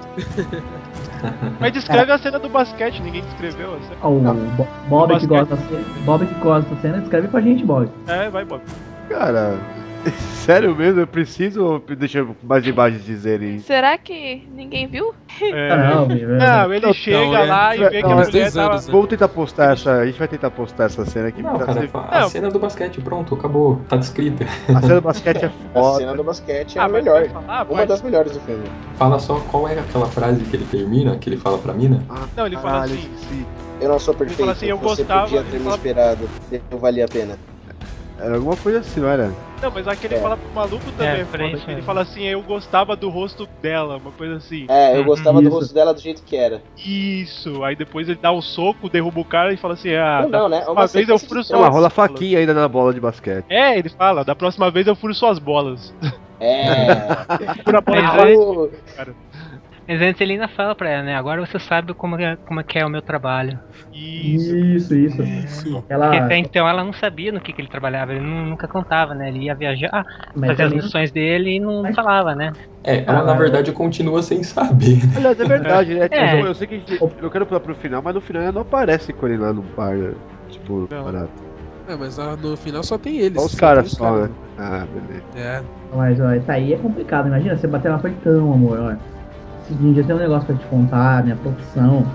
Mas descreve a cena do basquete, ninguém descreveu. Ó, o Bob que basquete. gosta da cena. Bob que gosta da cena, escreve pra gente, Bob. Vai, Bob. Cara, sério mesmo, eu preciso ou deixa mais imagens dizerem? Será que ninguém viu? Não, meu. Não, ele chega lá e vê que a Não, mulher 2 tava... anos, né? Vamos tentar postar essa. A gente vai tentar postar essa cena aqui. Não, pra cara, você- a Não. cena do basquete, pronto, acabou. Tá descrita. A cena do basquete é A foda. cena do basquete é Ah, a mas melhor. vai falar, Uma pode. das melhores do filme. Fala só qual é aquela frase que ele termina, que ele fala pra mina. Não, ele fala Caralho, assim, esqueci. Eu não sou perfeito, fala assim, eu você gostava, podia ele ter me fala- esperado, eu valia a pena. Era alguma coisa assim, não era? não, mas aquele É. fala pro maluco também, É, foda, isso que ele mesmo. fala assim, eu gostava do rosto dela, uma coisa assim. É, eu gostava do Isso. rosto dela do jeito que era. Isso, aí depois ele dá um soco, derruba o cara e fala assim, Não, né? uma vez eu furo Não, suas mas rola bolas. faquinha ainda na bola de basquete. É, ele fala, da próxima vez eu furo suas bolas. É. Fura a bola de Mas basquete. O- Mas antes ele ainda fala pra ela, né? Agora você sabe como é que é o meu trabalho. Isso. Isso. Aquela... Porque até então ela não sabia no que ele trabalhava, ele nunca contava, né? Ele ia viajar, Mas fazer as ali- missões dele e não Mas- falava, né? Ela na verdade continua sem saber, né? Aliás, é verdade, né? É. Eu sei que a gente, eu não quero pular pro final, mas no final ela não aparece com ele lá no bar, né? Tipo, Não. barato. É, mas no final só tem eles. Só os tem caras os só, caras. né? Ah, beleza. É. Mas, ó, tá aí é complicado. Imagina você bater no apertão, amor. Olha. Seguinte, eu tenho um negócio pra te contar, minha profissão.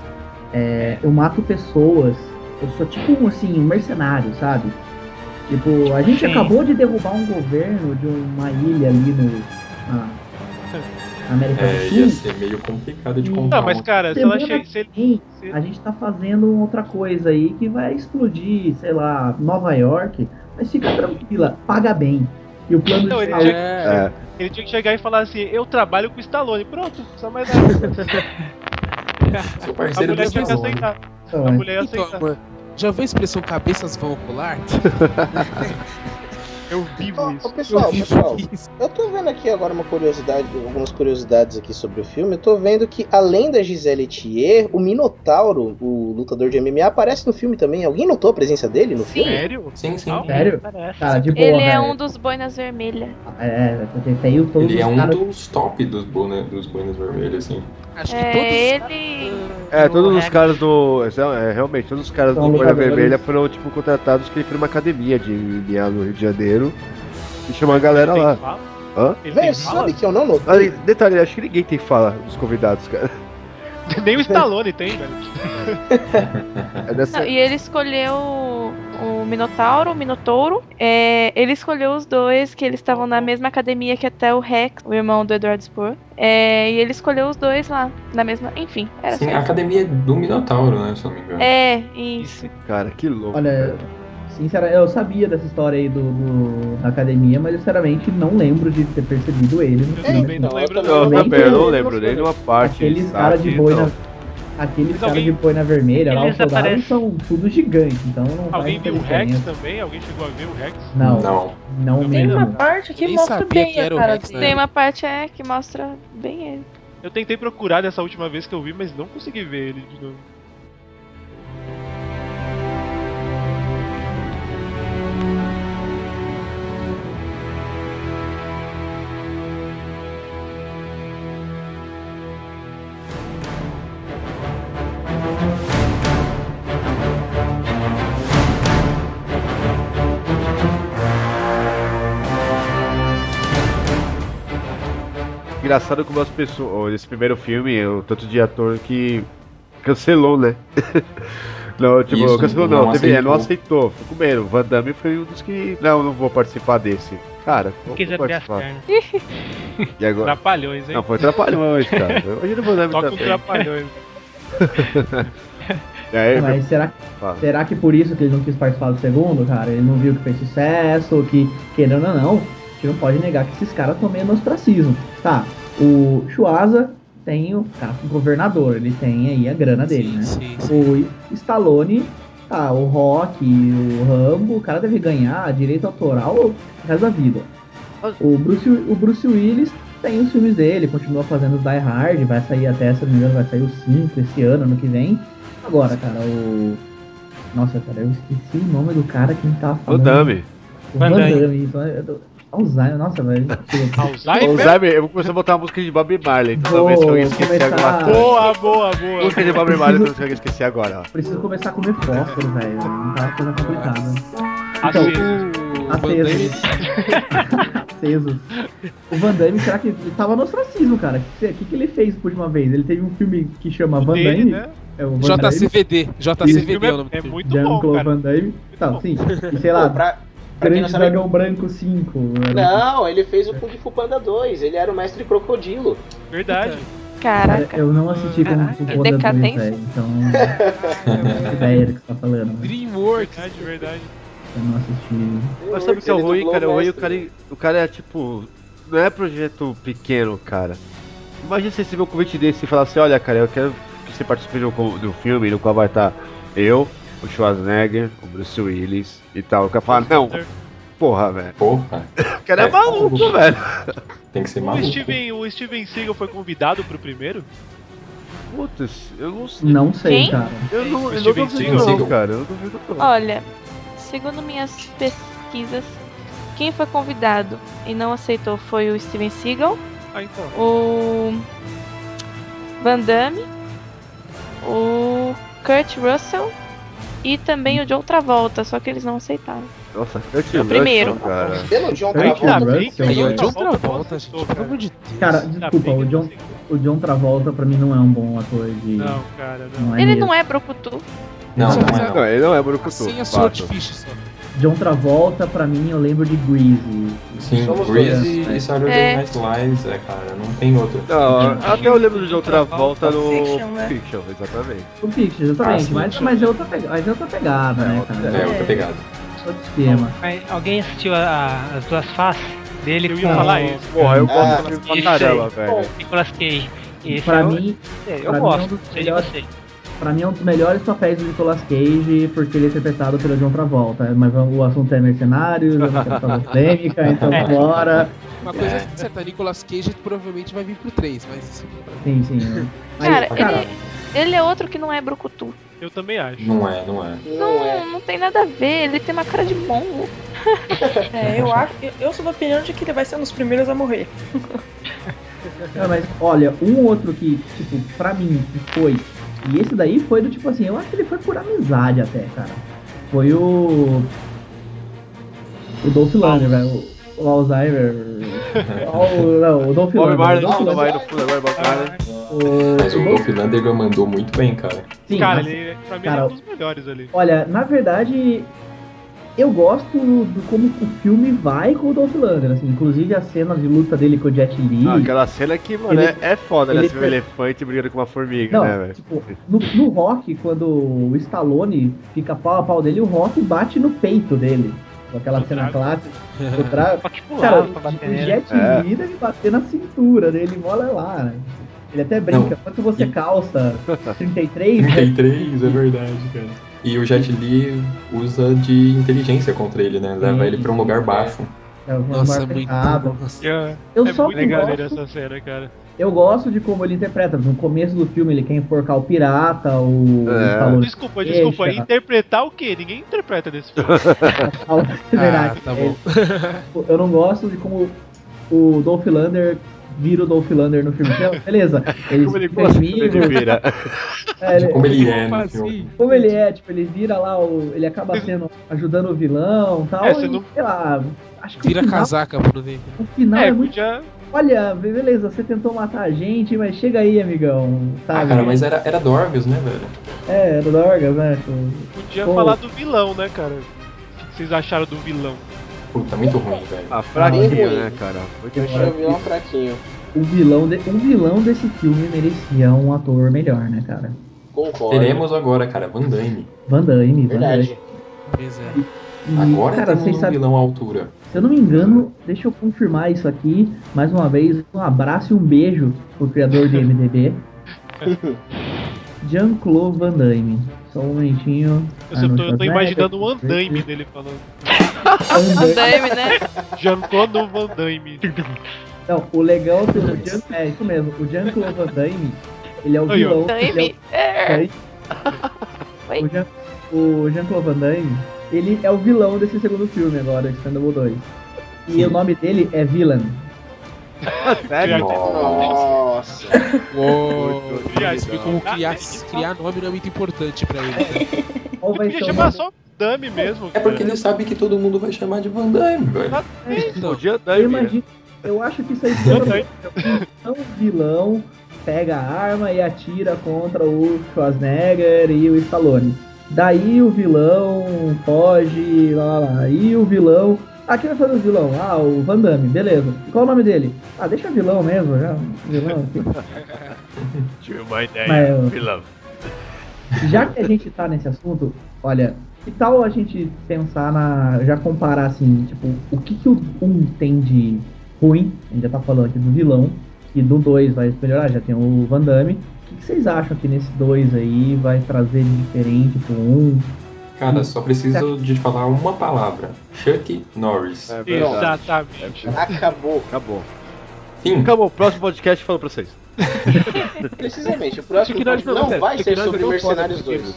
Eu mato pessoas. Eu sou tipo assim, um mercenário, sabe? Tipo, a gente Sim. acabou de derrubar um governo de uma ilha ali na América do Ia Sul. ser meio complicado de Não, contar. Não, mas cara, se ela chega. Se ele, Sim, se- a gente tá fazendo outra coisa aí que vai explodir, sei lá, Nova York. Mas fica tranquila, paga bem. E o plano Não, de ele saúde- É. ele tinha que chegar e falar assim, eu trabalho com o Stallone. Pronto, só mais nada. Sou A parceiro do mulher tinha que Stallone. aceitar. Então, A é. mulher ia Então, aceitar. amor, já viu a expressão cabeças vão pular? Eu vivo isso. Pessoal, eu tô vendo aqui agora algumas curiosidades aqui sobre o filme. Eu tô vendo que, além da Gisele Thier, o Minotauro, o lutador de MMA, aparece no filme também. Alguém notou a presença dele no filme? Sério? Sim. Sério? Cara, de boa, Ele é velho. um dos boinas vermelhas. Porque tem todos Ele é os um caras... dos top dos boinas vermelhos, assim. Acho que todos. Ele. Todos os caras do. Realmente, todos os caras São do Boina lutadores. Vermelha foram, tipo, contratados porque ele foi numa academia de MMA no Rio de Janeiro e chamou a galera lá. Hã? Velho, sabe que eu não notei? Detalhe, acho que ninguém tem fala dos convidados, cara. Nem o Stallone tem, velho. Não, e ele escolheu o Minotauro, o Minotouro. Ele escolheu os dois, que eles estavam na mesma academia que até o Rex, o irmão do Edward Spur. E ele escolheu os dois lá, na mesma. Enfim, era Sim, só a isso. academia do Minotauro, né? Se eu não me engano. Isso. Cara, que louco. Olha, velho. sinceramente, eu sabia dessa história aí da academia, mas sinceramente não lembro de ter percebido ele no Eu filme. também não lembro, Eu não. também, eu não lembro nem de uma parte. Aqueles sabe? caras de boina. Não. Aqueles Mas caras alguém- de boina vermelha lá, os Eles soldados aparecem- são tudo gigantes, então não Alguém faz viu o muita Rex diferença. também? Alguém chegou a ver o Rex? Não Tem mesmo. uma parte que Nem mostra sabia bem que era a o cara Rex, dele. né? Tem uma parte que mostra bem ele. Eu tentei procurar dessa última vez que eu vi, mas não consegui ver ele de novo. Engraçado como as pessoas. Esse primeiro filme, o tanto de ator que cancelou, né? Não, tipo, Isso, cancelou não não, não aceitou. aceitou. Ficou com medo. Van Damme foi um dos que. Não vou participar desse. Cara, Não quis vou abrir as participar. pernas. E agora? Trapalhões, hein? Não, foi trapalhões, cara. Imagina o Van Damme Toca um também. trapalhões. Mas será que por isso que ele não quis participar do segundo, cara? Ele não viu que fez sucesso, ou que, querendo ou não, a gente não pode negar que esses caras estão meio no ostracismo. Tá, o Schwarza tem o cara com governador, ele tem aí a grana dele, né? Sim. O Stallone, tá, o Rock, o Rambo, o cara deve ganhar direito autoral o resto da vida. O Bruce Willis tem os filmes dele, continua fazendo os Die Hard, vai sair até, se não me engano, vai sair o 5 esse ano que vem. Agora, cara, Nossa, cara, eu esqueci o nome do cara que a gente tava Van falando. Damme. O Van Damme, isso. Alzheimer, nossa, velho. Alzheimer, eu vou começar a botar a música de Bob Marley. Toda vez que eu esqueci alguma coisa. Boa. Música de Bob Marley, toda vez que eu esqueci agora. Ó. Preciso começar a comer fósforo, velho. Não tá uma coisa complicada. Acesos. O Van Damme, será que ele tava no ostracismo, cara? O que ele fez por última vez? Ele teve um filme que chama Van dele, Damme. né? É o Van Damme. JCVD é o nome do É filme. muito bom, Jean-Claude cara. Van Damme. Tá, sim. E sei lá, Pra quem Grande não sabe- Dragão Branco 5. Não, ele fez o Kung Fu Panda 2, ele era o mestre crocodilo. Verdade. Caraca. Eu não assisti com o que Panda 2, decadência. velho. Então, não tenho ideia do que você tá falando. Né? DreamWorks. Verdade. Eu não assisti. Mas sabe o que é o Ele ruim, dublou cara? O ruim, mestre. o cara é tipo. Não é projeto pequeno, cara. Imagina você receber um convite desse e falar assim: olha, cara, eu quero que você participe do filme no qual vai estar eu, o Schwarzenegger, o Bruce Willis e tal. O cara fala: não, porra, velho. Porra. O cara é maluco, velho. Tem que ser O maluco. Steven Seagal foi convidado pro primeiro? Putz, eu não sei. Não sei, Quem? cara. Eu não Steven duvido, Seagal. não, cara. Eu não duvido, não. Olha, segundo minhas pesquisas, quem foi convidado e não aceitou foi o Steven Seagal, Ah, então. o Van Damme, o Kurt Russell e também o John Travolta, só que eles não aceitaram. Nossa, eu te O primeiro. cara. Pelo John Ainda Travolta, bem que Aí, o John John Travolta Travolta, aceitou, gente, pelo amor de Deus. Cara, Ainda desculpa, bem o que John, não sei. o John Travolta pra mim não é um bom ator de. Não, cara, não. Não é Ele mesmo. não é brucutu. Não, não é Não, não. ele não é brucutu. Assim é fato. Swordfish só. John Travolta, pra mim, eu lembro de Greasy. Sim, Somos Greasy dois. e Saturday Night Lives, cara, não tem outro. Não, até eu lembro do John Travolta no Fiction, né? Fiction, exatamente. O Fiction, exatamente. sim, mas é outra pegada, né, cara? É outra pegada. Outro esquema. Mas alguém assistiu as duas faces dele Eu com ia falar isso. Porra, eu Ah, gosto dele pra caramba, velho. Nicolas Cage? Esse Pra é o- mim, eu pra mim, gosto, é um dos sei de melhores- você. Pra mim é um dos melhores papéis do Nicolas Cage, porque ele é interpretado pelo John Travolta. Mas o assunto é Mercenários, eu não quero falar polêmica, então bora. Uma coisa é certa, Nicolas Cage provavelmente vai vir pro 3, mas... Sim. Cara, ele é outro que não é brucutu. Eu também acho. Não é. Não tem nada a ver, ele tem uma cara de mongo. Eu sou da opinião de que ele vai ser um dos primeiros a morrer. Mas olha, um outro que, tipo, pra mim, que foi. E esse daí foi do tipo assim, eu acho que ele foi por amizade até, cara. Foi o Dolph Lundgren, velho. O Alzheimer. Não, o Dolph Bob Marley Lundgren. não vai no fundo agora, Bob Marley. Mas o Dolph Lundgren mandou muito bem, cara. Sim, cara, ele, pra mim, é um dos melhores ali. Olha, na verdade, eu gosto do como o filme vai com o Dolph Lundgren, assim, inclusive a cena de luta dele com o Jet Li. Aquela cena que, mano, é foda, né? Você vê um elefante brigando com uma formiga, né, velho? Tipo, no Rock, quando o Stallone fica pau a pau dele, o Rock bate no peito dele. Com aquela cena clássica. Cara, o Jet Li deve bater na cintura dele, mola lá, né? Ele até brinca, quanto você calça? 33? 33, é verdade, cara. E o Jet Li usa de inteligência contra ele, né? Leva ele pra um lugar baixo. Nossa, muito bom. É muito legal essa cena, cara. Eu gosto de como ele interpreta. No começo do filme ele quer enforcar o pirata, Desculpa. Interpretar o quê? Ninguém interpreta nesse filme. Verdade. Tá bom. Eu não gosto de como o Dolph Lundgren vira o Dolph Lundgren no filme. Beleza. Como ele gosta de virar. Como ele é no filme. Como ele é, tipo, ele vira lá, ele acaba ajudando o vilão e tal. Sei lá, acho que vira casaca pro ver. O final é muito... Olha, beleza, você tentou matar a gente, mas chega aí, amigão. Sabe? Cara, mas era Dorgas, né, velho? Era Dorgas, né? Podia falar do vilão, né, cara? O que vocês acharam do vilão? Puta, muito ruim, velho. Fraquinho, né, cara? O vilão fraquinho. O vilão desse filme merecia um ator melhor, né, cara? Concordo. Teremos agora, cara, Van Damme. Verdade. Pois é. Agora cara, temos um vilão à altura. Se eu não me engano, deixa eu confirmar isso aqui, mais uma vez, um abraço e um beijo pro criador de MDB. Jean-Claude Van Damme. Só um momentinho. Eu tô imaginando o andaime dele falando. Andaime, né? Jean-Claude Van Damme. Não, o legal é isso mesmo, o Jean-Claude Van Damme, ele é o vilão. O Jean-Claude Van Damme, ele é o vilão desse segundo filme agora, Expendables 2. E o nome dele é Villain. Sério? Nossa. Como criar nome não é muito importante pra ele. Né? Qual vai Podia ser chamar só Damme mesmo. É porque ele sabe que todo mundo vai chamar de Van Damme, velho. Eu acho que isso aí é um vilão, pega a arma e atira contra o Schwarzenegger e o Stallone. Daí o vilão foge, lá. E o vilão... quem vai fazer o vilão? O Van Damme, beleza. E qual é o nome dele? Deixa vilão mesmo, já. Vilão aqui. Vilão. Já que a gente tá nesse assunto, olha, que tal a gente pensar já comparar assim, tipo, o que o 1 tem de ruim, a gente já tá falando aqui do vilão, e do 2 vai melhorar, já tem o Van Damme. O que vocês acham que nesse 2 aí vai trazer de diferente pro 1? Cara, só preciso de falar uma palavra. Chuck Norris. Exatamente. Acabou. Fim. Acabou. O próximo podcast fala pra vocês. Precisamente. O próximo não vai ser sobre Mercenários 2.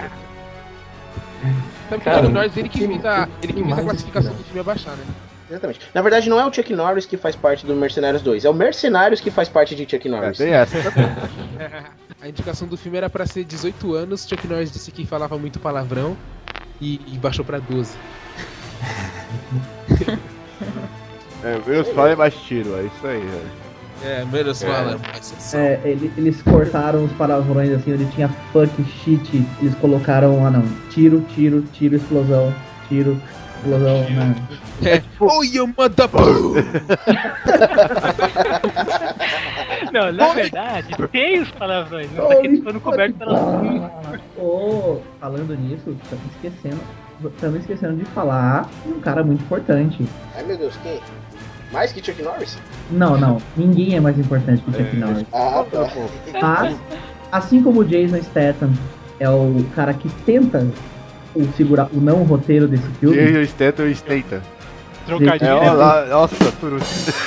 Cara, nós ele que fez a classificação do filme abaixar, né? Exatamente. Na verdade, não é o Chuck Norris que faz parte do Mercenários 2, é o Mercenários que faz parte de Chuck Norris. Tem essa. A indicação do filme era pra ser 18 anos, Chuck Norris disse que falava muito palavrão e baixou pra 12. Menos fala e mais tiro, é isso aí, velho. Menos fala, mais eles cortaram os palavrões assim, onde tinha fuck, shit, eles colocaram, tiro, explosão, tiro, explosão, Oh, you motherfucker! Não, na verdade, tem os palavrões, só que eles foram cobertos pelas falando nisso, estamos esquecendo de falar um cara muito importante. Ai meu Deus, quem? Mais que Chuck Norris? Não, ninguém é mais importante que Chuck Norris. Tá. Assim como o Jason Statham é o cara que tenta segurar o não roteiro desse filme. Jason Statham e Statham. Trocadilho. Nossa, tudo.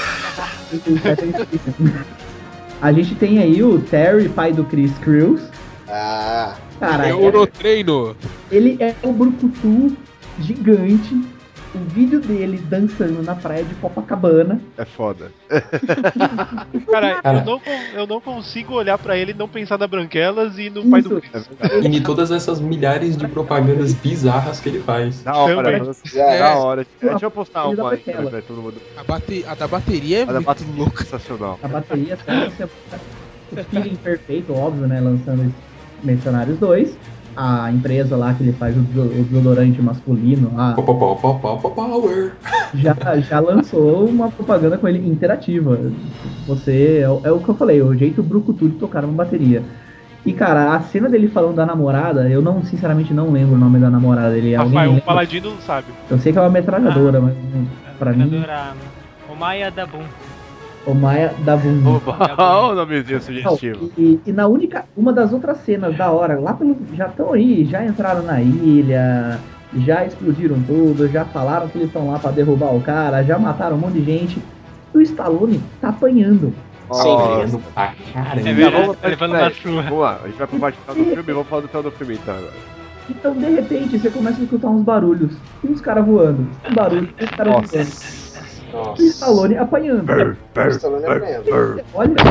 A gente tem aí o Terry, pai do Chris Crews. Cara, Eurotreino. Ele é o brucutu gigante. O vídeo dele dançando na praia de Copacabana. É foda. Cara, eu não consigo olhar pra ele e não pensar na Branquelas e no pai do Chris. E em todas essas milhares de propagandas bizarras que ele faz. Da hora. Da hora. Deixa eu postar Ele dá uma aí pra pra todo mundo. A da bateria é muito louca. Sensacional. A bateria, o feeling perfeito, óbvio, né? Lançando esse Mercenários 2. A empresa lá que ele faz o desodorante masculino lá, Power. já lançou uma propaganda com ele interativa. Você é o que eu falei, o jeito brucutu de tocar uma bateria. E cara, a cena dele falando da namorada, eu sinceramente não lembro o nome da namorada dele. Rafael, o Paladino não sabe. Eu sei que é uma metralhadora, mas pra mim. O Maia da Boom. O Maia da Boom. Olha o nomezinho sugestivo. E uma das outras cenas da hora, já estão aí, já entraram na ilha, já explodiram tudo, já falaram que eles estão lá pra derrubar o cara, já mataram um monte de gente. O Stallone tá apanhando. Sempre. Levando uma surra. Vamos lá, a gente vai pro parte final do filme e vamos falar do final do filme então agora. Então, de repente, você começa a escutar uns barulhos. E uns caras voando. Um barulho, uns caras voando. E o Stallone apanhando. Olha.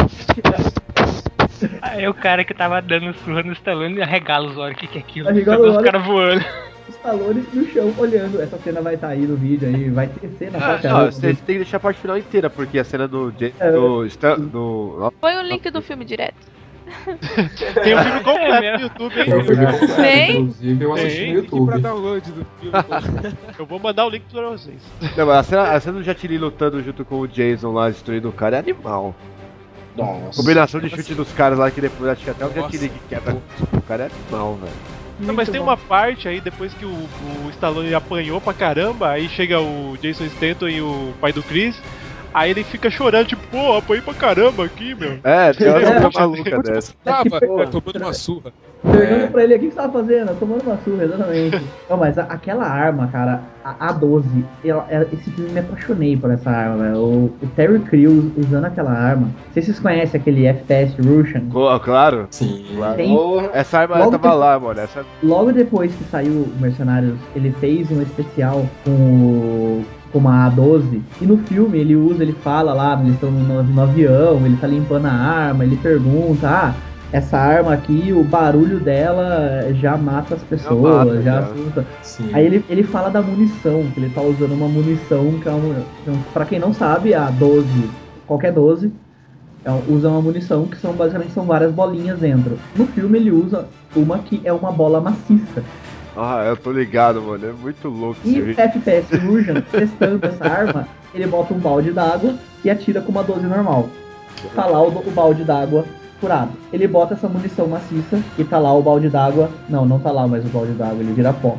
Aí o cara que tava dando surra no Stallone arregala os olhos. O que é aquilo? Arregala os Os olhos. caras voando. O Stallone no chão olhando. Essa cena vai estar aí no vídeo aí. Vai ter cena pra caramba. Você tem que deixar a parte final inteira, porque a cena do Põe o link do filme direto. Tem um filme completo no YouTube, hein? Tem um filme completo, Tem? inclusive eu assisti no YouTube. Pra download do filme. Eu vou mandar o link pra vocês. Não, mas a cena do Jet Li lutando junto com o Jason lá, destruindo o cara, é animal. Nossa. Combinação de chute dos caras lá, que depois acho que até o Jet Li que quebra o cara é animal, velho. Não, mas tem uma parte aí, depois que o Stallone apanhou pra caramba, aí chega o Jason Statham e o pai do Chris, aí ele fica chorando, tipo, pô, apanhei pra caramba aqui, meu. Tem uma maluca dessa. Tava tomando uma surra. Pergunta pra ele, o que você tava fazendo? Tomando uma surra, exatamente. Não, mas aquela arma, cara, a 12, esse filme me apaixonei por essa arma, velho. O Terry Crews usando aquela arma. Não sei se vocês conhecem aquele FPS Russian. Claro. Sim. Claro. Tem, Essa arma tava lá, mano. logo depois que saiu o Mercenários, ele fez um especial com uma A12, e no filme ele fala lá, eles estão no avião, ele tá limpando a arma, ele pergunta, essa arma aqui, o barulho dela já mata as pessoas, já assusta. Aí ele fala da munição, que ele tá usando uma munição que é pra quem não sabe, a 12, qualquer 12, usa uma munição que basicamente são várias bolinhas dentro. No filme ele usa uma que é uma bola maciça. Eu tô ligado, mano, é muito louco E o FPS Russian, testando essa arma, ele bota um balde d'água e atira com uma 12 normal. Tá lá o balde d'água furado. Ele bota essa munição maciça e tá lá o balde d'água. Não tá lá mais o balde d'água, ele vira pó.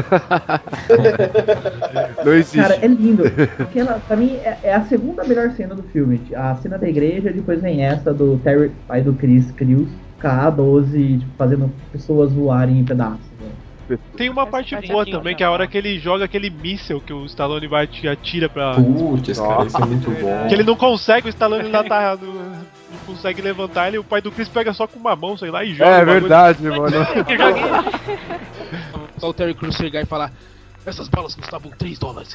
Não existe. Cara, é lindo. Aquela, pra mim, é a segunda melhor cena do filme. A cena da igreja, depois vem essa do Terry, pai do Chris Crews, K-12, tipo, fazendo pessoas voarem em pedaços. Tem uma parte boa também, que é a hora que ele joga aquele míssel que o Stallone vai e atira pra... Putz, cara, isso é muito bom. Que ele não consegue, o Stallone lá tá... Não consegue levantar ele, o pai do Chris pega só com uma mão, sei lá, e joga. É verdade, mano. Só o Terry Crews chegar e falar: essas balas custavam $3.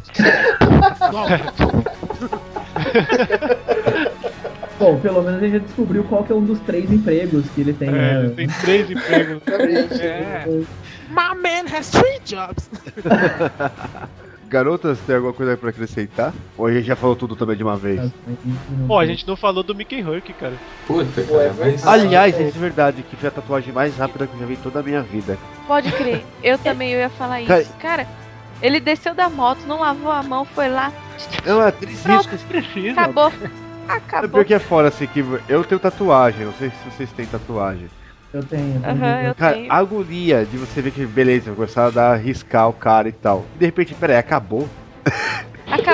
Bom, pelo menos a gente já descobriu qual que é um dos 3 empregos que ele tem, né? Ele tem 3 empregos. My man has 3 jobs. Garotas, tem alguma coisa pra acrescentar? Ou a gente já falou tudo também de uma vez? Pô, a gente não falou do Mickey Rourke, cara. Puta, cara, mas... Aliás, é verdade, que foi a tatuagem mais rápida que eu já vi em toda a minha vida. Pode crer. Eu também ia falar isso. Cara, ele desceu da moto, não lavou a mão, foi lá. Não, é triste que precisa. Acabou. É porque é fora, assim, que eu tenho tatuagem, não sei se vocês têm tatuagem. Eu tenho. Eu cara, tenho. a agonia de você ver que, beleza, começar a riscar o cara e tal. E de repente, peraí, acabou?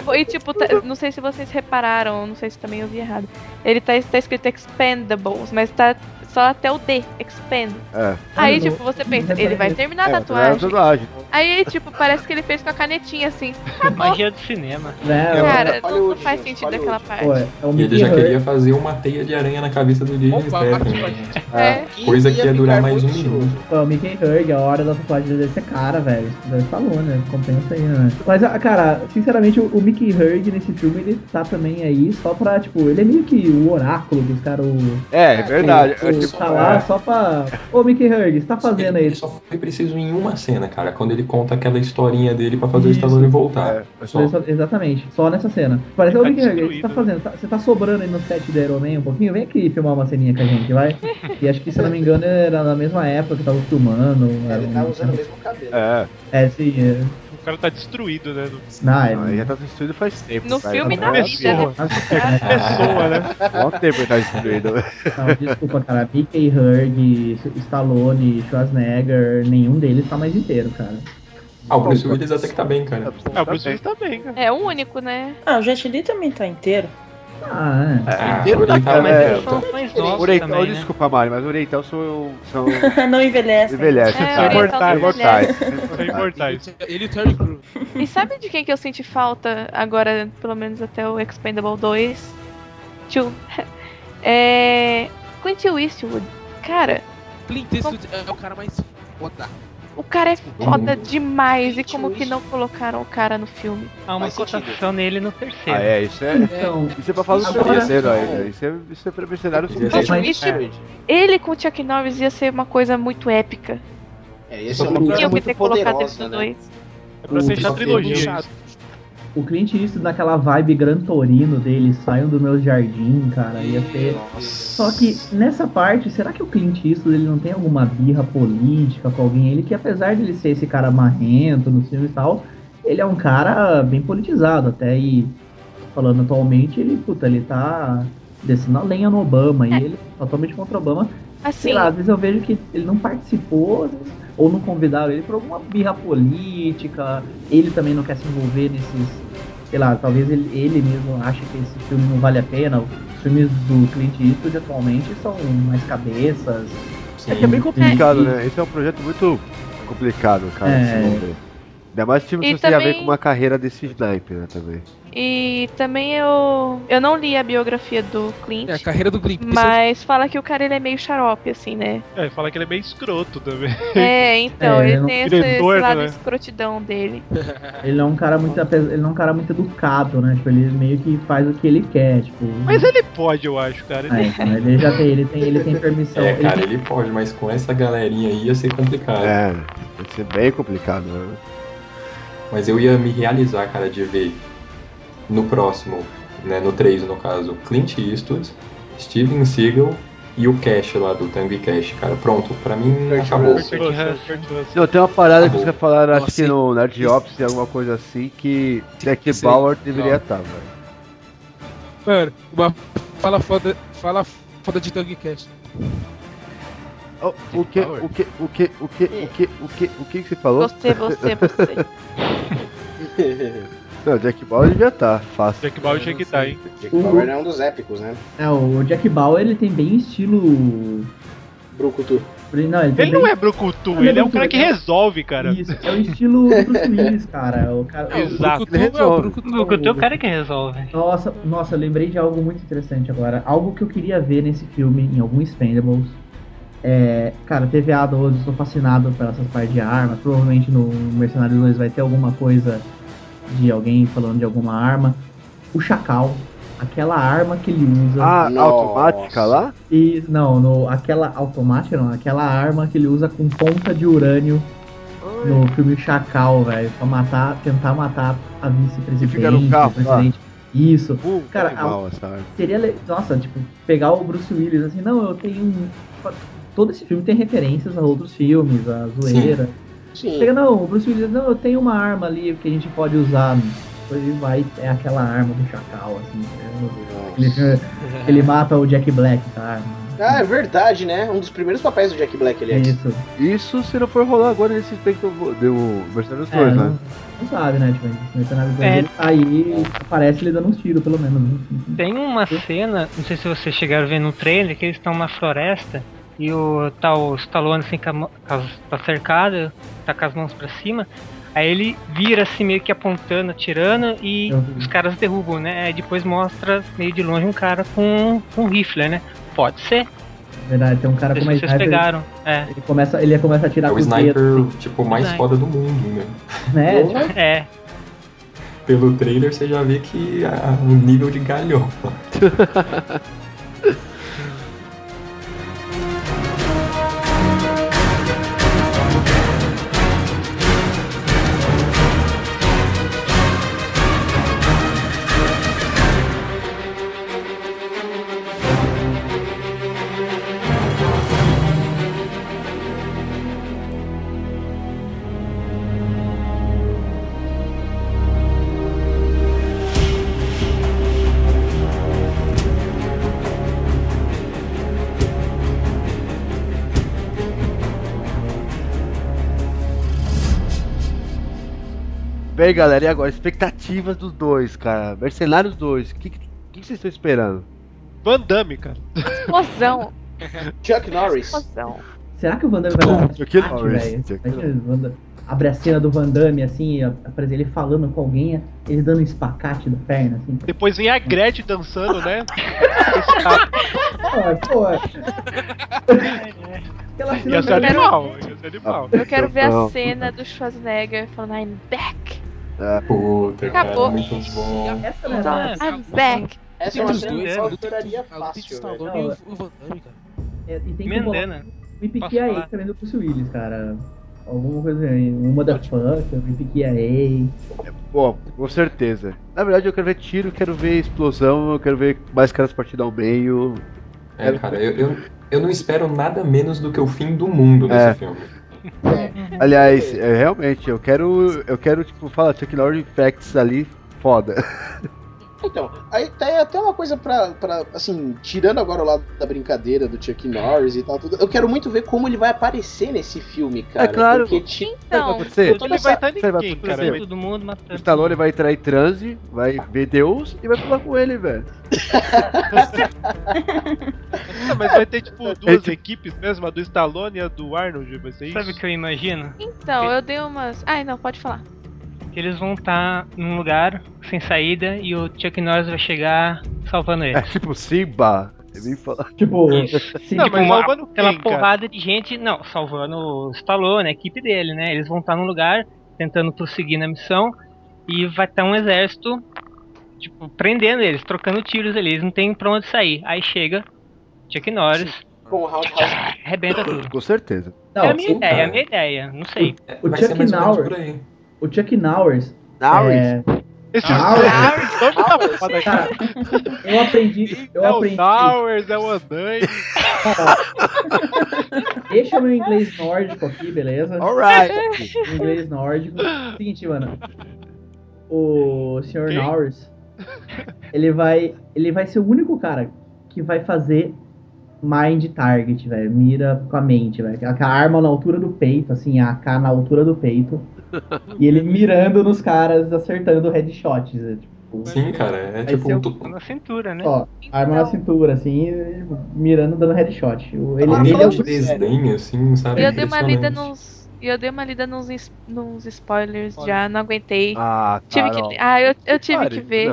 E tipo, não sei se vocês repararam, não sei se também eu vi errado. Ele tá escrito Expendables, mas tá só até o D, Expand. Aí, tipo, você pensa, ele vai terminar a tatuagem. Aí, tipo, parece que ele fez com a canetinha assim. Magia do cinema. Cara, não faz sentido aquela parte. E ele já queria fazer uma teia de aranha na cabeça do Jason Statham. Coisa que ia durar mais 1 minuto. O Mickey Hurg, a hora da tatuagem dele deve ser cara, velho. Deve falou, né? Compensa aí, né? Mas, cara, sinceramente, o Mickey Hurg nesse filme, ele tá também aí só pra, tipo, ele é meio que o oráculo dos caras. É verdade. Tá lá só pra... Ô, Mickey Hurg, você tá fazendo aí? Ele só foi preciso em uma cena, cara, quando ele conta aquela historinha dele pra fazer o Stallone voltar. Exatamente, só nessa cena. Parece, ô, Mickey Hurg, o que você tá fazendo? Você tá sobrando aí no set do Iron Man um pouquinho? Vem aqui filmar uma ceninha com a gente, vai? E acho que, se eu não me engano, era na mesma época que tava filmando. Ele tava usando o mesmo cabelo. Sim. O cara tá destruído, né? Ele já tá destruído faz tempo. No filme da vida, né? Pessoa, né? Quanto tempo ele tá destruído? Não, desculpa, cara. Mickey Hurg, Stallone, Schwarzenegger, nenhum deles tá mais inteiro, cara. O Bruce Willis até que tá bem, cara. O Bruce Willis tá bem, cara. É o único, né? O Jet Li também tá inteiro. Inteiro da cara, né? Oriental, desculpa, Mari, mas o Oriental são não envelhece. São imortais. Ele e o Terry Crews. E sabe de quem que eu senti falta agora, pelo menos até o Expendable 2? Clint Eastwood. Cara... Clint Eastwood é o cara mais foda. O cara é foda demais. E como que não colocaram o cara no filme? Há uma cotação nele no terceiro. Isso é pra falar do terceiro ainda. Isso é pra mercenário ele com o Chuck Norris ia ser uma coisa muito épica. Esse é uma coisa muito poderosa, né? É pra fechar a trilogia. O Clint Eastwood naquela vibe Gran Torino dele, saiam do meu jardim, cara, ia ser... Só que nessa parte, será que o Clint Eastwood ele não tem alguma birra política com alguém? Ele que, apesar de ele ser esse cara marrento no filme e tal, ele é um cara bem politizado até, e falando atualmente, ele tá descendo a lenha no Obama, e ele é totalmente contra o Obama. Assim, sei lá, às vezes eu vejo que ele não participou, ou não convidaram ele por alguma birra política, ele também não quer se envolver nesses... Sei lá, talvez ele mesmo ache que esse filme não vale a pena. Os filmes do Clint Eastwood atualmente são mais cabeças. É que é bem complicado, né? Esse é um projeto muito complicado, cara. Ainda mais se você tem a ver com uma carreira desse sniper, né, também. E também eu não li a biografia do Clint. A carreira do Clint. Mas fala que o cara ele é meio xarope, assim, né? Fala que ele é meio escroto também. Então, ele tem esse lado né? escrotidão dele. Ele é um cara muito educado, né? Tipo, ele meio que faz o que ele quer, tipo... Mas ele pode, eu acho, cara. Ele já tem, ele tem permissão. Cara, ele pode, mas com essa galerinha aí ia ser complicado. Ia ser bem complicado, né? Mas eu ia me realizar, cara, de ver no próximo, né, no 3 no caso, Clint Eastwood, Steven Seagal e o Cash lá do Tango e Cash, cara. Pronto, pra mim acabou. Não, tem uma parada que vocês falaram, acho que no Nerd Ops tem alguma coisa assim, que Jack Bauer deveria estar, velho. Mano, fala foda de Tango e Cash. O que você falou? Você. Não, Jack Bauer devia estar, fácil. Jack Bauer tinha que estar, hein? Jack Bauer é um dos épicos, né? O Jack Bauer, ele tem bem estilo... Brucutu. Não, ele não é brucutu, ele é um cara que resolve, cara. Isso, é o estilo Bruce Willis, cara. O cara Exato. Brucutu é o cara que resolve. Nossa, eu lembrei de algo muito interessante agora. Algo que eu queria ver nesse filme, em algum Expendables. Cara, TVA 12, estou fascinado por essas partes de armas. Provavelmente no Mercenários 2 vai ter alguma coisa de alguém falando de alguma arma. O Chacal, aquela arma que ele usa. Automática lá? Aquela automática não, aquela arma que ele usa com ponta de urânio no filme Chacal, velho, pra tentar matar a vice-presidente. Fica no carro, presidente. Isso. Cara, seria, nossa, tipo, pegar o Bruce Willis assim, não, eu tenho todo esse filme tem referências a outros filmes, a zoeira. Sim. Chega, não, o Bruce Willis, não, eu tenho uma arma ali que a gente pode usar. Depois ele vai, é aquela arma do Chacal, assim. Ele mata o Jack Black, tá? Ah, é verdade, né? Um dos primeiros papéis do Jack Black, aliás. Isso se não for rolar agora nesse aspecto do Mercenários 2, né? Não sabe, né? Tipo, o Mercenários 2 ele tá aí, aparece ele dando uns tiros, pelo menos. Tem uma cena, não sei se vocês chegaram a ver no trailer, que eles estão na floresta e o Stallone assim, tá cercado, tá com as mãos pra cima. Aí ele vira assim meio que apontando, atirando e os caras derrubam, né? Aí depois mostra meio de longe um cara com um rifle, né? Pode ser. Verdade, tem um cara com uma sniper. Vocês pegaram. Ele começa a atirar com o sniper, tipo, mais foda do mundo, né? É. Pelo trailer você já vê que o nível de galhofa. Bem, galera, e agora? Expectativas dos dois, cara. Mercenários 2, o que vocês estão esperando? Van Damme, cara. Explosão. Chuck Norris. Explosão. Será que o Van Damme vai dar Chuck Norris. abre a cena do Van Damme, assim, aparece ele falando com alguém, ele dando um espacate da perna, assim. Depois vem a Gretchen dançando, né? Pô. Ia ser animal. Eu quero ver a cena do Schwarzenegger falando I'm back. Puta, acabou. Cara, muito bom. I'm back. Essa é uma cena que eu esperaria fácil, velho. E tem que rolar um pique aí também do Bruce Willis, cara. Alguma coisa aí, uma da funk, um pique aí. Bom, com certeza. Na verdade eu quero ver tiro, quero ver explosão, eu quero ver mais caras partindo ao meio. Cara, eu não espero nada menos do que o fim do mundo nesse filme. Aliás, realmente, eu quero tipo, falar Chuck Norris Facts ali, foda. Então, aí tem até uma coisa pra, assim, tirando agora o lado da brincadeira do Chuck Norris e tal, tudo, eu quero muito ver como ele vai aparecer nesse filme, cara. É claro. Porque, então, ele vai estar ninguém, cara. Todo mundo matando. O Stallone vai entrar em transe, vai ver Deus e vai falar com ele, velho. Não, mas vai ter, tipo, duas equipes mesmo, a do Stallone e a do Arnold, vai ser isso? Sabe o que eu imagino? Então, eu dei umas... Ai, não, pode falar. Que eles vão estar num lugar sem saída e o Chuck Norris vai chegar salvando eles. É tipo Simba. Eu vim falar. Tipo, não, mas salvando aquela quem, porrada de gente. Não, salvando o Stallone, a equipe dele, né? Eles vão estar num lugar tentando prosseguir na missão e vai estar um exército, tipo, prendendo eles, trocando tiros ali. Eles não tem pra onde sair. Aí chega Chuck Norris. Com o Roundhouse. Arrebenta tudo. Com certeza. Não, é a minha ideia, não sei. O Chuck Norris. O Chuck Norris. Esse Cara, eu aprendi. Towers, é o Andaime. Deixa meu inglês nórdico aqui, beleza? Alright. Inglês nórdico. Seguinte, mano. O Sr. Norris, ele vai ser o único cara que vai fazer mind target, velho. Mira com a mente, velho. A arma na altura do peito, assim, a AK na altura do peito. E ele mirando nos caras, acertando headshots. Tipo, sim, cara, é tipo na cintura, né? Ó, arma na cintura, assim, mirando, dando headshot. Ele é de desdém, assim, sabe? Eu dei uma lida nos spoilers, já não aguentei. Tive que eu tive que ver.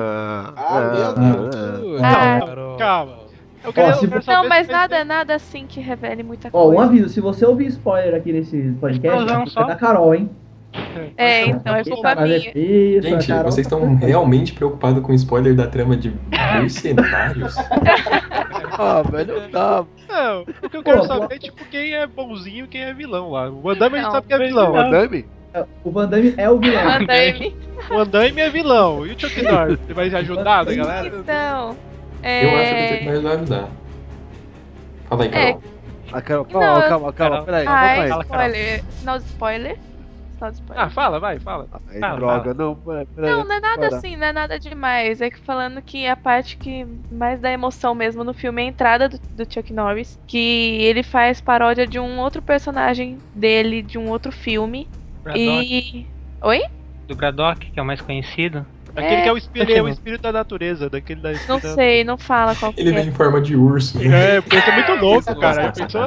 Calma. Não, mas nada assim que revele muita coisa. Ó, um aviso, se você ouvir spoiler aqui nesse podcast, é da Carol, hein? Então é culpa minha. Gente, vocês estão realmente preocupados com o spoiler da trama de Mercenários? Velho, tá. Não, o que eu quero saber é tipo quem é bonzinho e quem é vilão lá. O Van Damme a gente sabe que é vilão. O Van Damme é o vilão. O Van Damme é vilão. E o Chuck Norris? Ele vai ajudar a galera? Então. Eu acho que o Chuck Norris vai ajudar. Fala aí, Carol. Carol, calma, peraí. Spoiler. Sinal de spoiler. contar o spoiler. Ah, fala, vai, fala. Ai, Fala, droga, não. Peraí, Não é nada para. assim, não é nada demais. É que falando que a parte que mais dá emoção mesmo no filme é a entrada do Chuck Norris. Que ele faz paródia de um outro personagem dele, de um outro filme. Braddock, E. Oi? do Braddock, que é o mais conhecido. Aquele que é o espírito da natureza, daquele da Não sei, não fala qual que Ele vem é. em forma de urso. É, porque é muito louco, cara. Já pensou?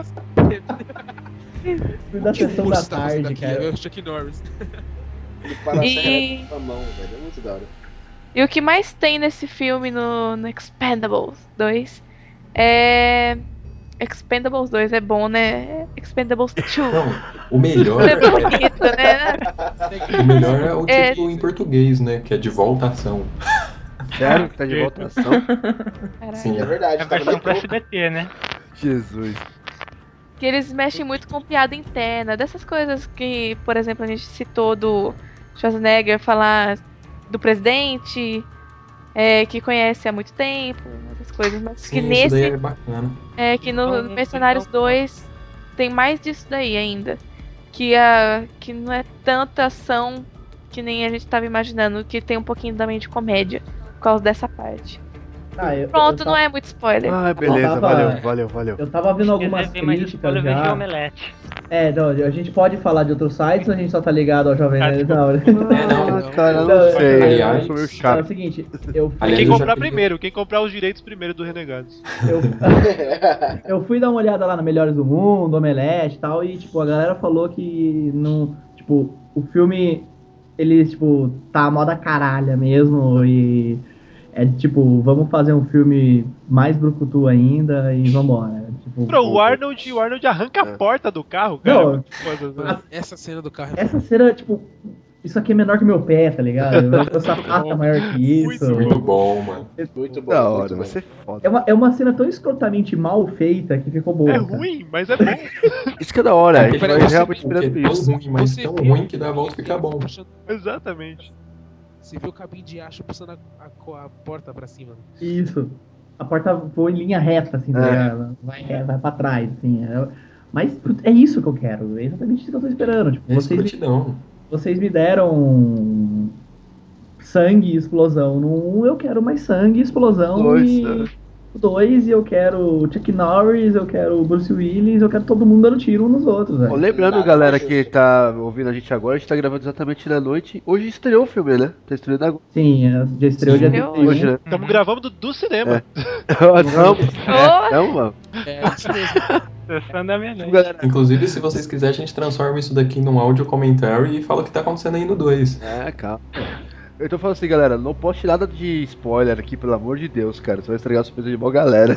Fui da sessão da tarde, cara. É o Chuck Norris. Ele para a E- serra com a mão, velho. É muito da hora. E o que mais tem nesse filme no Expendables 2 é. Expendables 2 é bom, né? Expendables 2. Não, o melhor, É bonito, né? o melhor é o É. título em português, né? Que é De Volta à Ação. Sério que tá de voltação? Caralho. Sim, É verdade, É a tá versão bem pra pouco. SBT, né? Jesus. Que eles mexem muito com piada interna, dessas coisas que, por exemplo, a gente citou do Schwarzenegger falar do presidente, que conhece há muito tempo, essas coisas, mas sim, que isso nesse, daí é bacana. que no Não, não Mercenários sei, 2 tem mais disso daí ainda, que não é tanta ação que nem a gente tava imaginando, que tem um pouquinho também de comédia, por causa dessa parte. Pronto, não é muito spoiler. Ah, beleza, tava- valeu. Eu tava vendo algumas Tem mais críticas spoiler, veja o já. Omelete. Não, a gente pode falar de outros sites ou a gente só tá ligado ao Jovem Ah, Nerd? desculpa. Não, Ah, cara, eu Não, não sei. aliás, Eu sou meio é o chato. seguinte, eu fui, Aliás, Quem eu já comprar pedi- primeiro, quem comprar os direitos primeiro do Renegados. eu fui dar uma olhada lá no Melhores do Mundo, Omelete e tal, e tipo, a galera falou que não, tipo, o filme, ele, tipo, tá a moda caralha mesmo, e é tipo, vamos fazer um filme mais brucutu ainda e vambora. Tipo, Bro, o Arnold arranca a porta do carro, cara. Não. Essa cena do carro. essa cena, tipo, isso aqui é menor que meu pé, tá ligado? Meu sapato é maior que isso. Muito bom, mano. Muito bom. Da muito hora, bom. vai ser foda. É uma cena tão escrotamente mal feita que ficou boa. É cara. ruim, mas é bom. Isso que é da hora, a gente Aquele vai negócio realmente que é esperando tão isso. ruim, mas Você tão viu? ruim que dá a volta e fica bom. Exatamente. Você viu o cabinho de aço puxando a porta pra cima. Isso. A porta voa em linha reta, assim, tá É. ligado? Vai pra trás, assim. Mas é isso que eu quero. É exatamente isso que eu tô esperando. Tipo, É escrotidão. vocês me deram sangue e explosão no 1, eu quero mais sangue e explosão Dois, e né? o 2, e eu quero o Chuck Norris, eu quero o Bruce Willis, eu quero todo mundo dando tiro uns nos outros, Ó, velho. lembrando, Nada galera mais que justo. tá ouvindo a gente agora, a gente tá gravando exatamente na noite. Hoje estreou o filme, né? Tá estreando agora. Sim, já estreou dia Estreou 31. Hoje, né? Estamos gravando do cinema. Não, mano. É isso mesmo. Sessão da meia-noite. Galera, Inclusive, se vocês quiserem, a gente transforma isso daqui num áudio comentário e fala o que tá acontecendo aí no 2. calma. Eu tô falando assim, galera, não poste nada de spoiler aqui, pelo amor de Deus, cara. Você vai estragar a surpresa de boa galera.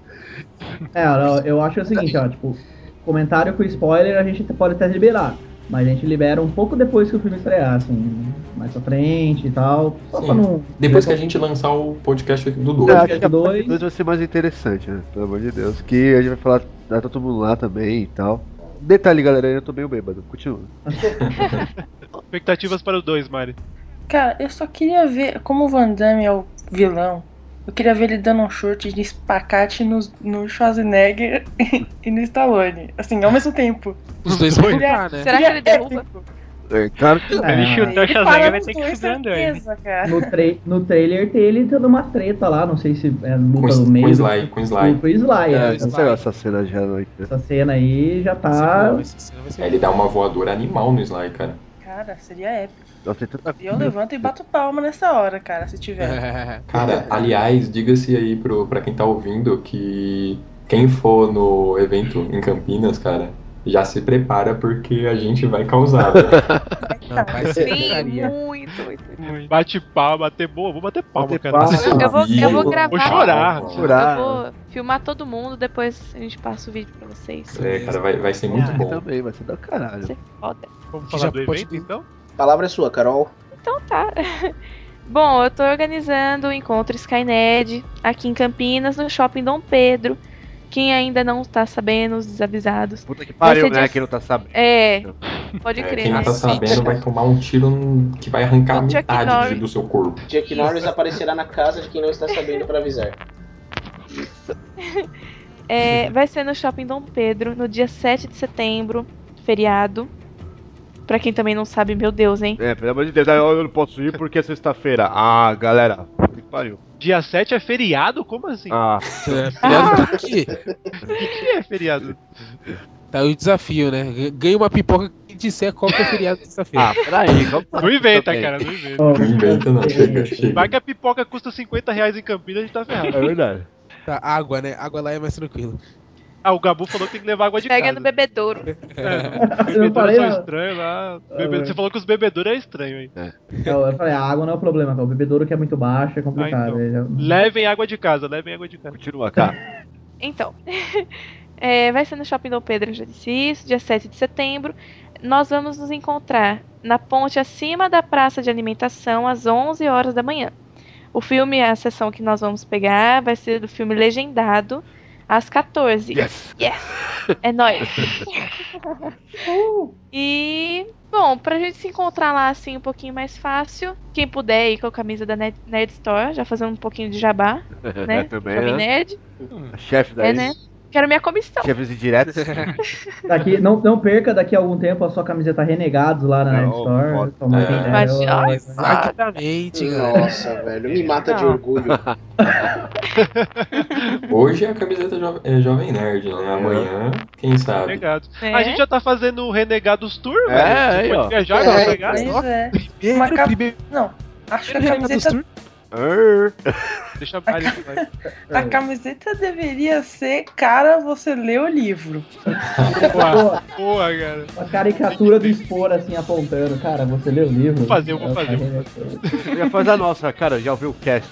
Eu acho o seguinte, ó, tipo, comentário com spoiler a gente pode até liberar, mas a gente libera um pouco depois que o filme estrear, assim, mais pra frente e tal, só Sim. pra não... Depois que a gente lançar o podcast do 2. Eu acho que a dois. parte 2 vai ser mais interessante, né? Pelo amor de Deus. Que a gente vai falar, tá todo mundo lá também e tal. Detalhe, galera, eu tô meio bêbado. Continua. Expectativas para o 2, Mari. Cara, eu só queria ver como o Van Damme é o vilão. Eu queria ver ele dando um chute de espacate no Schwarzenegger e no Stallone. Assim, ao mesmo tempo. Os dois vão lutar, né? Será que ele derruba? É, claro que É, Ele chutou o Ele Schwarzenegger, para vai nos ter que dois, subir andando. certeza, cara. No trailer tem ele dando uma treta lá, não sei se é Com luta no meio. o Sly, com o Sly. Com o Sly, É, essa, não sei lá essa cena já não. essa cena aí já tá... Essa cena vai ser Ele dá uma voadora animal no Sly, cara. Cara, seria épico. Nossa, tem tanta E eu levanto e bato palma nessa hora, cara, se tiver. É. Cara, aliás, diga-se aí pra quem tá ouvindo que quem for no evento em Campinas, cara, já se prepara porque a gente vai causar. velho. Não, vai ser Sim, putaria. muito. Bate palma, bater boa, vou bater palma, Bater cara. palma. Eu vou gravar. Vou chorar. Eu Chorar. vou filmar todo mundo, depois a gente passa o vídeo pra vocês. É, cara, vai ser muito Ah, bom. também, vai ser do caralho. Vai ser foda. Vamos Já falar do pode- evento, então? A palavra é sua, Carol. Então tá. Bom, eu tô organizando o encontro Skynet aqui em Campinas, no Shopping Dom Pedro. Quem ainda não tá sabendo, os desavisados. Puta que pariu, Vai ser né? dia- Quem não tá sabendo. Pode É, crer. quem não tá Sim. sabendo vai tomar um tiro que vai arrancar a O Chuck metade Norris. do seu corpo. Chuck Norris aparecerá na casa de quem não está sabendo para avisar. Vai ser no Shopping Dom Pedro, no dia 7 de setembro, feriado. Pra quem também não sabe, meu Deus, hein? Pelo amor de Deus, eu não posso ir porque é sexta-feira. Ah, galera, que pariu. Dia 7 é feriado? Como assim? Ah, Feriado tá aqui. O que é feriado? Tá o desafio, né? Ganha uma pipoca que disser qual que é feriado de sexta-feira. peraí, vamos Não inventa, cara, não inventa. Ó, Não inventa não, chega. Vai que a pipoca custa R$50 em Campinas, a gente tá ferrado. É verdade. Tá, água, né? Água lá é mais tranquilo. Ah, o Gabu falou que tem que levar água de Pega casa. no bebedouro. Eu não Bebedouros falei são nada. estranhos lá. Você falou que os bebedouros é estranho, hein? Eu falei, a água não é o problema, cara. O bebedouro que é muito baixo, é complicado. Ah, então. Levem água de casa, levem água de casa. Continua, cá. Então, vai ser no Shopping Dom Pedro, eu já disse isso, dia 7 de setembro. Nós vamos nos encontrar na ponte acima da praça de alimentação às 11 horas da manhã. O filme, a sessão que nós vamos pegar, vai ser do filme legendado às 14. Yes! É nóis! E, bom, pra gente se encontrar lá assim um pouquinho mais fácil, quem puder ir com a camisa da Nerd Store, já fazendo um pouquinho de jabá, né? Também, Jovem né? Nerd. Chefe daí. Né? Quero minha comissão. Chefes indiretos. Daqui, não perca daqui a algum tempo a sua camiseta Renegados lá na Não, Nerd Store. pode. Toma aí, né? Imagina. Exatamente, galera. Nossa, velho, me mata de Não. orgulho. Hoje é a camiseta Jovem Nerd, né? Amanhã, quem sabe? Renegados. É? A gente já tá fazendo o Renegados Tour, É, velho. aí, Você ó. pode viajar com o Renegados? Pois é. Primeiro, primeiro. Não, acho que a Renegados camiseta, Tour. Deixa a Mari vai. a camiseta deveria ser, cara, você lê o livro. Boa, boa, cara. Uma caricatura do Spor assim apontando. Cara, você leu o livro? Vou fazer, eu vou fazer. Já faz a nossa, cara, já ouviu o cast.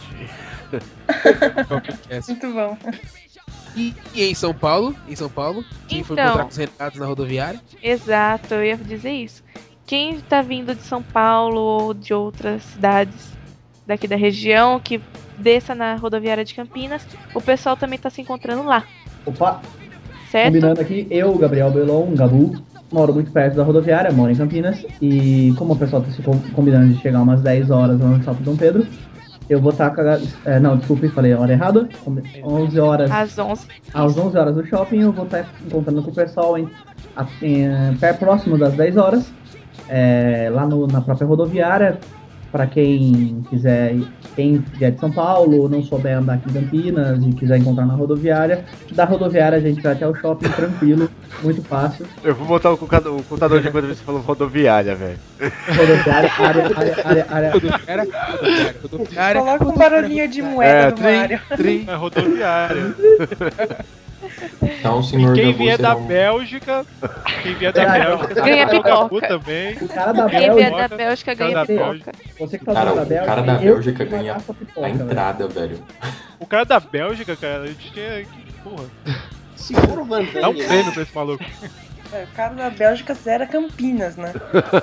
Muito bom. E em São Paulo? Em São Paulo? Quem foi Então. encontrar com os renegados na rodoviária? Exato, eu ia dizer isso. Quem tá vindo de São Paulo ou de outras cidades daqui da região, que desça na rodoviária de Campinas, o pessoal também tá se encontrando lá, Opa, certo? combinando aqui, eu, Gabriel Belon, Gabu, moro muito perto da rodoviária, moro em Campinas. E como o pessoal tá se combinando de chegar umas 10 horas lá no Shopping Dom Pedro, eu vou estar não, desculpe, falei a hora errada. 11 horas. Às 11. Às 11 horas do shopping, eu vou estar encontrando com o pessoal perto próximo das 10 horas, lá na própria rodoviária. Para quem quiser, quem vier de São Paulo ou não souber andar aqui em Campinas e quiser encontrar na rodoviária, da rodoviária a gente vai até o shopping tranquilo, muito fácil. Eu vou botar o contador de quando você falou rodoviária, velho. Rodoviária, área. Rodoviária. Coloca um barulhinho de moeda no Mario. É rodoviária. Então, o E senhor quem Gabu vier será da um- Bélgica, quem vier da Ganha Bélgica, pipoca. Gabu também. O cara da Quem vier Bélgica, da Bélgica Cara ganha da pipoca. Bélgica. você que tá Cara, usando da o Bélgica, cara da eu Bélgica que vou ganha pagar essa pipoca, a velho. entrada, velho. O cara da Bélgica, cara, a gente tinha que. Porra, Segura o Van dá um Damme, né? prêmio pra esse maluco. O cara da Bélgica zera Campinas, né?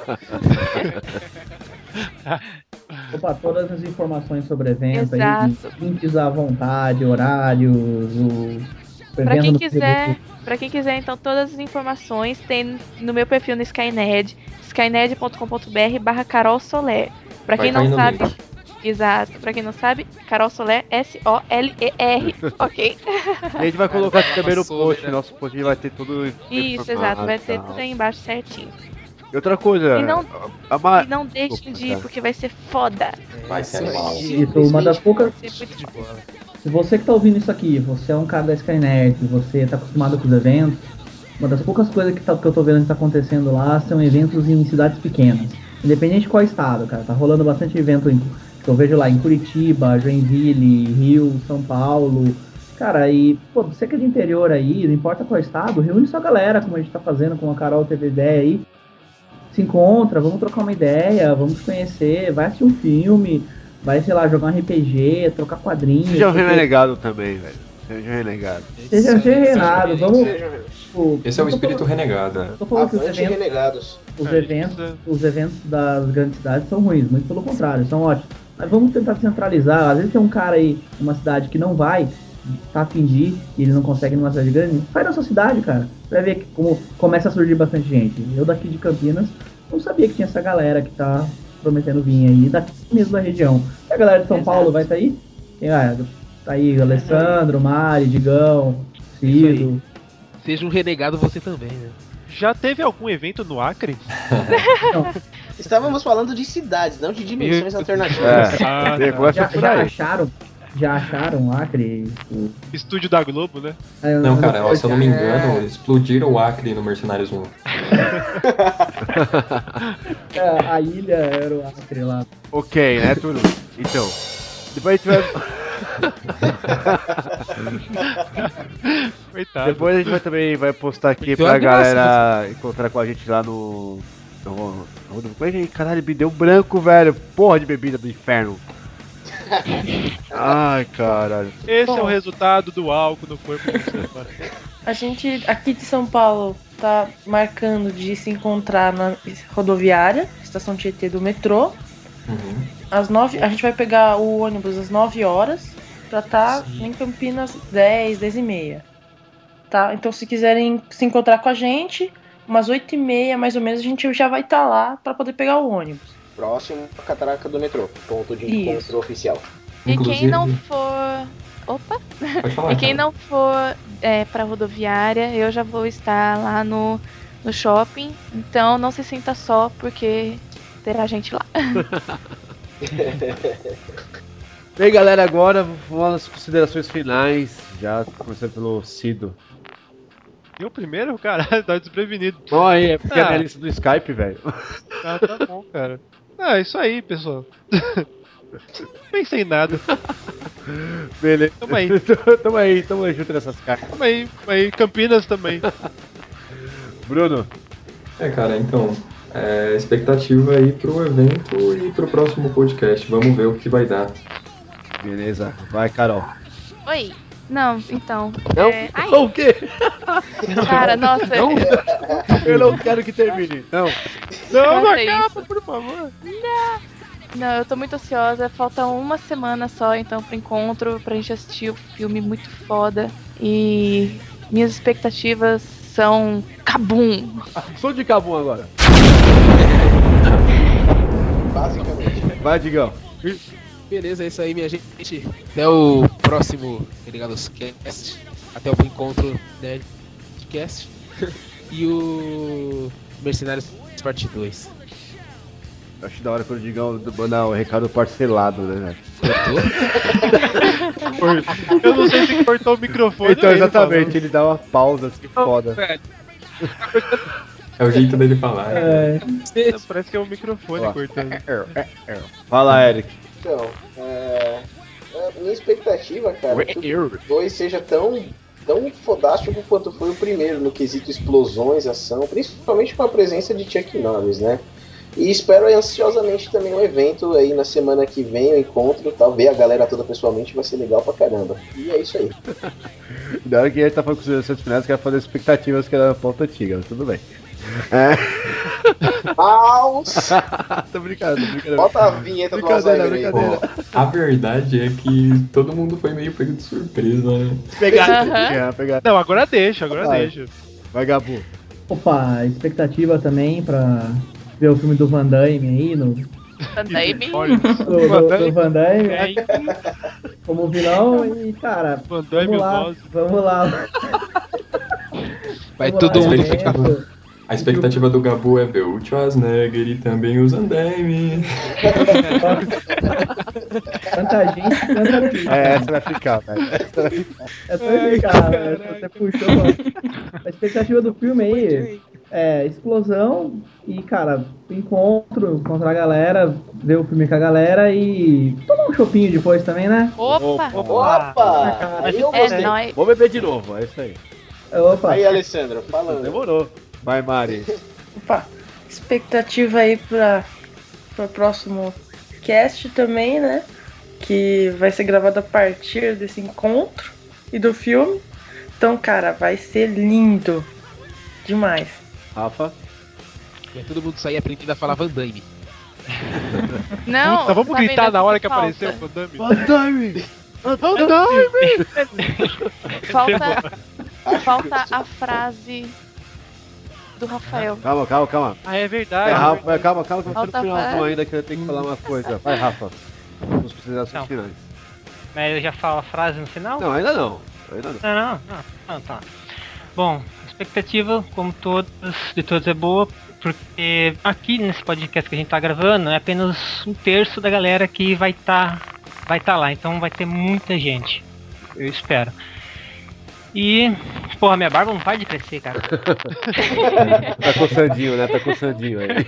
Opa, todas as informações sobre o evento aí, Exato. links à vontade, horários, o Pra evento quem no quiser, Facebook. pra quem quiser, então, todas as informações tem no meu perfil no Skynet, skyned.com.br/Carol Soler. Pra Vai quem cair não no sabe, link. exato, pra quem não sabe, Carol Soler, S-O-L-E-R, ok? E a gente vai colocar aqui também no Soler, post, né? nosso post vai ter tudo. Isso, informado exato, vai e ter tal. tudo aí embaixo certinho. E outra coisa, E não- a E não deixem Desculpa, de ir, tá. porque vai ser foda. Vai ser animal. Isso, uma das poucas. Vai ser muito foda. Se você que tá ouvindo isso aqui, você é um cara da Skynet, você tá acostumado com os eventos, uma das poucas coisas que eu tô vendo que tá acontecendo lá são eventos em cidades pequenas. Independente de qual estado, cara. Tá rolando bastante evento que eu vejo lá em Curitiba, Joinville, Rio, São Paulo. Cara, e, pô, você que é de interior aí, não importa qual estado, reúne sua galera, como a gente tá fazendo com a Carol teve ideia aí. Se encontra, vamos trocar uma ideia, vamos se conhecer, vai assistir um filme, vai, sei lá, jogar um RPG, trocar quadrinhos. Seja um porque- renegado também, velho. Seja um renegado. Seja renegado, vamos. tipo, Esse é o eu tô espírito falando- renegado. Tô falando que os Avante eventos, renegados. os eventos das grandes cidades são ruins, muito pelo contrário, são ótimos. Mas vamos tentar centralizar. Às vezes tem um cara aí numa cidade que não vai, tá a fim de ir, e ele não consegue numa cidade grande. Vai na sua cidade, cara. Você vai ver que como começa a surgir bastante gente. Eu daqui de Campinas não sabia que tinha essa galera que tá prometendo vir aí, daqui mesmo da região. E a galera de São Paulo vai estar aí? Quem vai? Tá aí, Alessandro, Mari, Digão, Cido. Seja um renegado você também, né? Já teve algum evento no Acre? Estávamos falando de cidades, não de dimensões alternativas. Já acharam o Acre? Estúdio da Globo, né? Não, cara, se eu não me engano, explodiram o Acre no Mercenários 1. A ilha era o Acre lá. Ok, né, Turo? Então, depois a gente vai... Coitado. Depois a gente também vai postar aqui pra galera encontrar com a gente lá no... Caralho, me deu branco, velho. Porra de bebida do inferno. Ai, caralho. Esse é o resultado do álcool no corpo do ser humano. A gente aqui de São Paulo tá marcando de se encontrar na rodoviária, estação Tietê do metrô. Às 9, a gente vai pegar o ônibus às 9 horas pra estar em Campinas 10h30. Tá? Então se quiserem se encontrar com a gente, umas 8h30 mais ou menos, a gente já vai estar lá pra poder pegar o ônibus. Próximo à Catraca do Metrô, ponto de encontro oficial. E quem não for... Opa! E quem não for pra rodoviária, eu já vou estar lá no shopping. Então não se sinta só, porque terá gente lá. Bem, galera, agora vamos às considerações finais. Já começando pelo Cido. Eu primeiro? Caralho, tá desprevenido. Não, aí, é porque é a minha lista do Skype, velho. Ah, tá bom, cara. É isso aí, pessoal. Pensei em nada. Beleza. Tamo aí. Tamo aí junto nessas cartas. Tamo aí, Campinas também. Bruno. Cara, então, expectativa aí pro evento e pro próximo podcast. Vamos ver o que vai dar. Beleza. Vai, Carol. Oi. Não, então. Não? O quê? Cara, nossa. Não? Eu não quero que termine. Não acaba, por favor. Não, eu tô muito ansiosa. Falta uma semana só, então, pro encontro, pra gente assistir o filme muito foda. E minhas expectativas são Kabum. Sou de Kabum agora. Basicamente. Vai, Digão. Beleza, é isso aí, minha gente. Até o próximo Renegados Cast. Até o encontro Nerdcast. E o Mercenários Parte 2. Acho da hora quando o Digão manda o recado parcelado, né? Eu não sei se cortou o microfone. Então, exatamente, ele dá uma pausa assim, foda. É o jeito dele falar. Parece que é o microfone cortando. Fala, Eric. Então, minha expectativa, cara, é que o 2 seja tão fodástico quanto foi o primeiro, no quesito explosões, ação, principalmente com a presença de Chuck Norris, né? E espero ansiosamente também um evento aí na semana que vem, o encontro, tal, ver a galera toda pessoalmente vai ser legal pra caramba. E é isso aí. Da hora que a gente tá falando com os considerações finais, que era fazer expectativas que era a pauta antiga, mas tudo bem. Mouse! Tô brincando. Bota a vinheta do Alzheimer aí. A verdade é que todo mundo foi meio pego de surpresa, né? Pegar. Não, agora deixa. Vai, Gabu. Opa, expectativa também pra ver o filme do Van Damme aí no... Van Damme? do Van Damme como vilão e, cara, Van Damme vamos lá. Vai todo mundo ficar... A expectativa do Gabu é ver o Schwarzenegger e também o Van Damme. Tanta gente, tanta gente. Essa vai ficar, velho. Essa vai ficar, velho. Você puxou, mano. A expectativa do filme aí é explosão e, cara, encontrar a galera, ver o filme com a galera e tomar um chopinho depois também, né? Opa! Eu gostei. Nóis. Vou beber de novo, é isso aí. Opa! Aí, Alessandro, falando. Demorou. Vai, Mari. Opa, expectativa aí para o próximo cast também, né? Que vai ser gravado a partir desse encontro e do filme. Então, cara, vai ser lindo. Demais. Rafa. Vai todo mundo sair aprendendo a falar Van Damme. Não, Puta, vamos tá gritar vendo? na hora que Falta. apareceu o Van Damme. Van Damme! Falta a frase do Rafael. Calma. Ah, é verdade. Calma, que eu tô no Falta final ainda que eu tenho que falar uma coisa. Vai, Rafa. Vamos considerações finais. Mas eu já falo a frase no final? Não, ainda não. Não, tá. Bom, expectativa, como de todos é boa, porque aqui nesse podcast que a gente tá gravando é apenas 1/3 da galera que vai tá lá, então vai ter muita gente, eu espero. E, porra, minha barba não para de crescer, cara. Tá coçandinho, né? Tá coçandinho aí.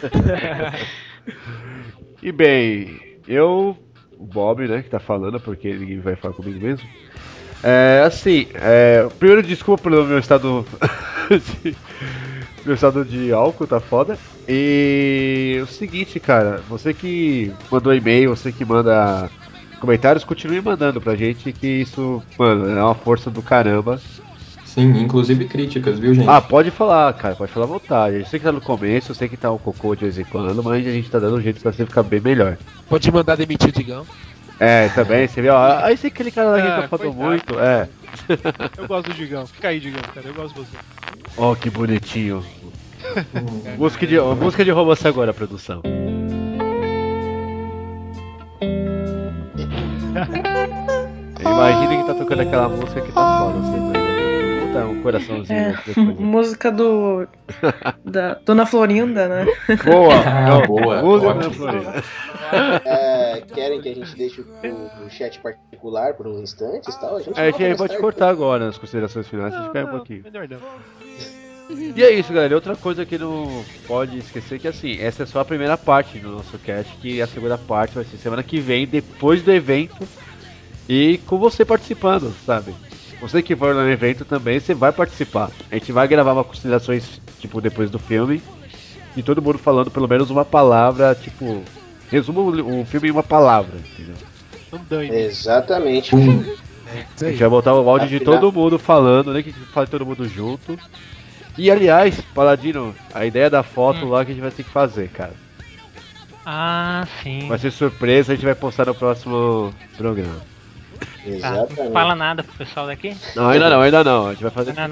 E bem, o Bob, né, que tá falando, porque ele vai falar comigo mesmo. Primeiro, desculpa pelo meu estado meu estado de álcool, tá foda. E o seguinte, cara, você que mandou e-mail, você que manda comentários, continue mandando pra gente, que isso, mano, é uma força do caramba. Sim, inclusive críticas, viu, gente? Ah, pode falar, cara, pode falar à vontade. Eu sei que tá no começo, eu sei que tá um cocô de vez em quando, mas a gente tá dando um jeito pra você ficar bem melhor. Pode mandar demitir o Digão. Também, você viu? Aí você aquele cara lá que tá falando muito, Eu gosto do Digão, fica aí, Digão, cara, eu gosto de você. Oh, que bonitinho. Música de romance agora, produção. Imagina que tá tocando aquela música que tá foda, você vai um coraçãozinho. Música da Dona Florinda, né? Boa! Boa! Música da Dona Florinda. Querem que a gente deixe o chat particular por uns instantes e tal? A gente pode cortar agora nas considerações finais, a gente pega um pouquinho. Melhor não. E é isso, galera. Outra coisa que não pode esquecer que, assim, essa é só a primeira parte do nosso cast, que a segunda parte vai ser semana que vem, depois do evento, e com você participando, sabe? Você que for no evento também, você vai participar. A gente vai gravar umas considerações, tipo, depois do filme, e todo mundo falando pelo menos uma palavra, tipo, resuma o filme em uma palavra, entendeu? Exatamente. A gente vai botar o áudio de todo mundo falando, né? Que a gente fale todo mundo junto. E aliás, Paladino, a ideia da foto lá que a gente vai ter que fazer, cara. Ah, sim. Vai ser surpresa, a gente vai postar no próximo programa. Exatamente. Não fala nada pro pessoal daqui? Não, ainda não. A gente vai fazer. Não.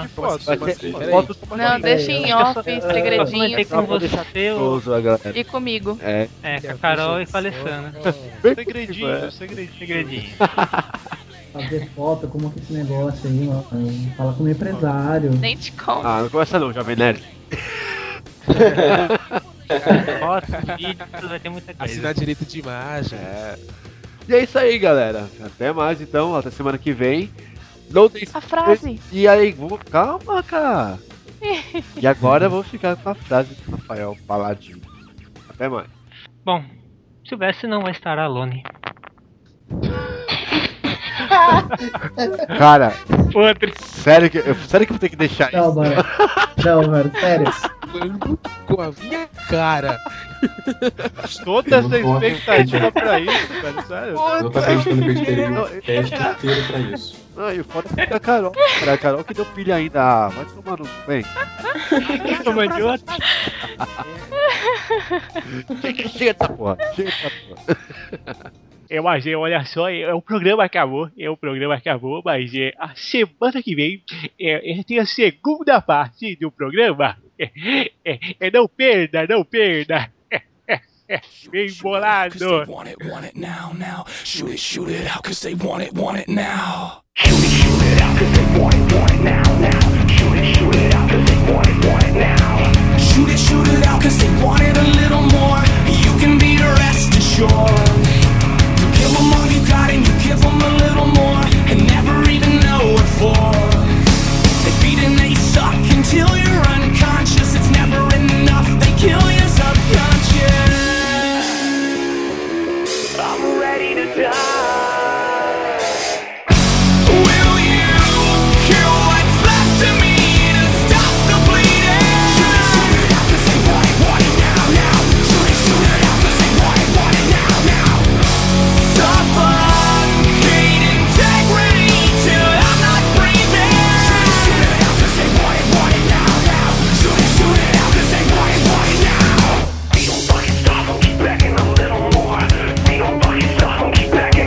Não, deixa em off, segredinho. Com você e comigo. Com a Carol e com a Alessandra. Segredinho. Fazer foto, como que esse negócio aí, mano. Fala com o empresário. Nem te conto. Não começa não, Jovem Nerd. Foto, vídeo, tudo vai ter muita coisa. Assinar direito de imagem. E é isso aí, galera. Até mais então, até semana que vem. Não tem a frase. E aí, calma, cara. E agora vamos ficar com a frase do Rafael Paladino. Até mais. Bom, Silvestre não vai estar alone. Cara, sério que eu vou ter que deixar não, isso? Mano. Não, mano, sério. Com a minha cara. Toda essa expectativa pra isso, cara, sério. Eu tô acreditando que eu esperei o teste inteiro pra isso. E o foda é a Carol, cara. A Carol que deu pilha ainda. Vai tomar no. Vem. Toma de outro. Chega dessa porra. Mas olha só, o programa acabou, mas a semana que vem tem a segunda parte do programa. Não perda. Bem bolado. Want it now. Shoot it out, cause they want it now. Shoot it out, cause they want it now. Shoot it out, cause they want it now. Shoot it out, cause they want it a little more. You can be rest assured. You give them all you got and you give them a little more. And never even know what for. They feed and they suck until you're unconscious. It's never enough, they kill your subconscious. I'm ready to die. Will you kill what's left of me to stop the bleeding? Shoot it out, cause they want it now. Shoot it out, cause they want it now. Suffocate integrity till I'm not breathing. Shoot it out, cause they want it now. Shoot it out, cause they want it now. They don't fucking stop, I'll keep backing a little more. They don't fucking stop, I'll keep backing.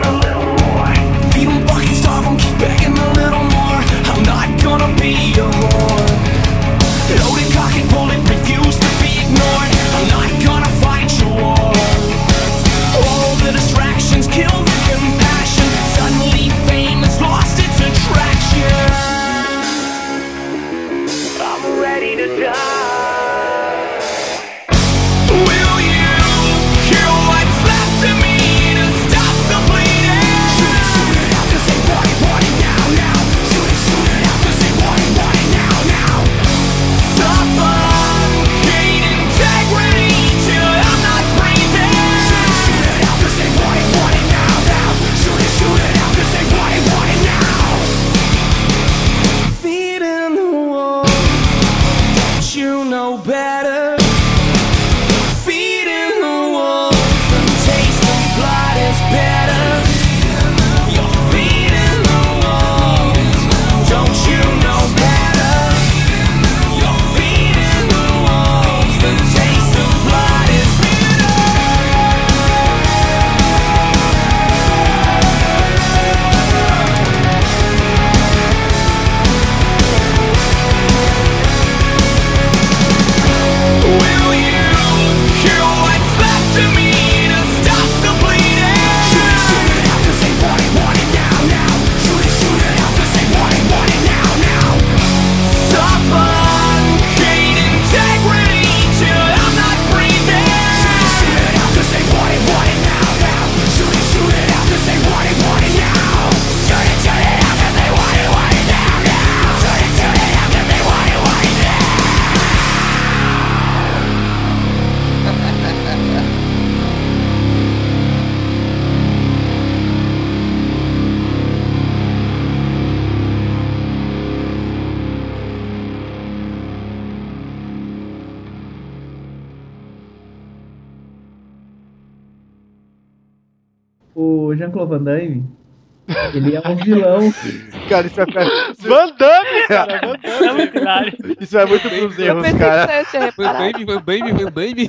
O Jean-Claude Van Damme, ele é um vilão. Cara, isso é Van Damme, cara, Van É muito hilário. Isso é muito pros Eu erros, pensei que cara. você tinha reparado. Van Damme.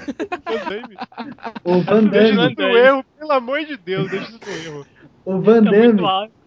O Van Deixa Damme, isso no erro, pelo amor de Deus, deixa isso no erro. o Van Tá muito Damme, alto.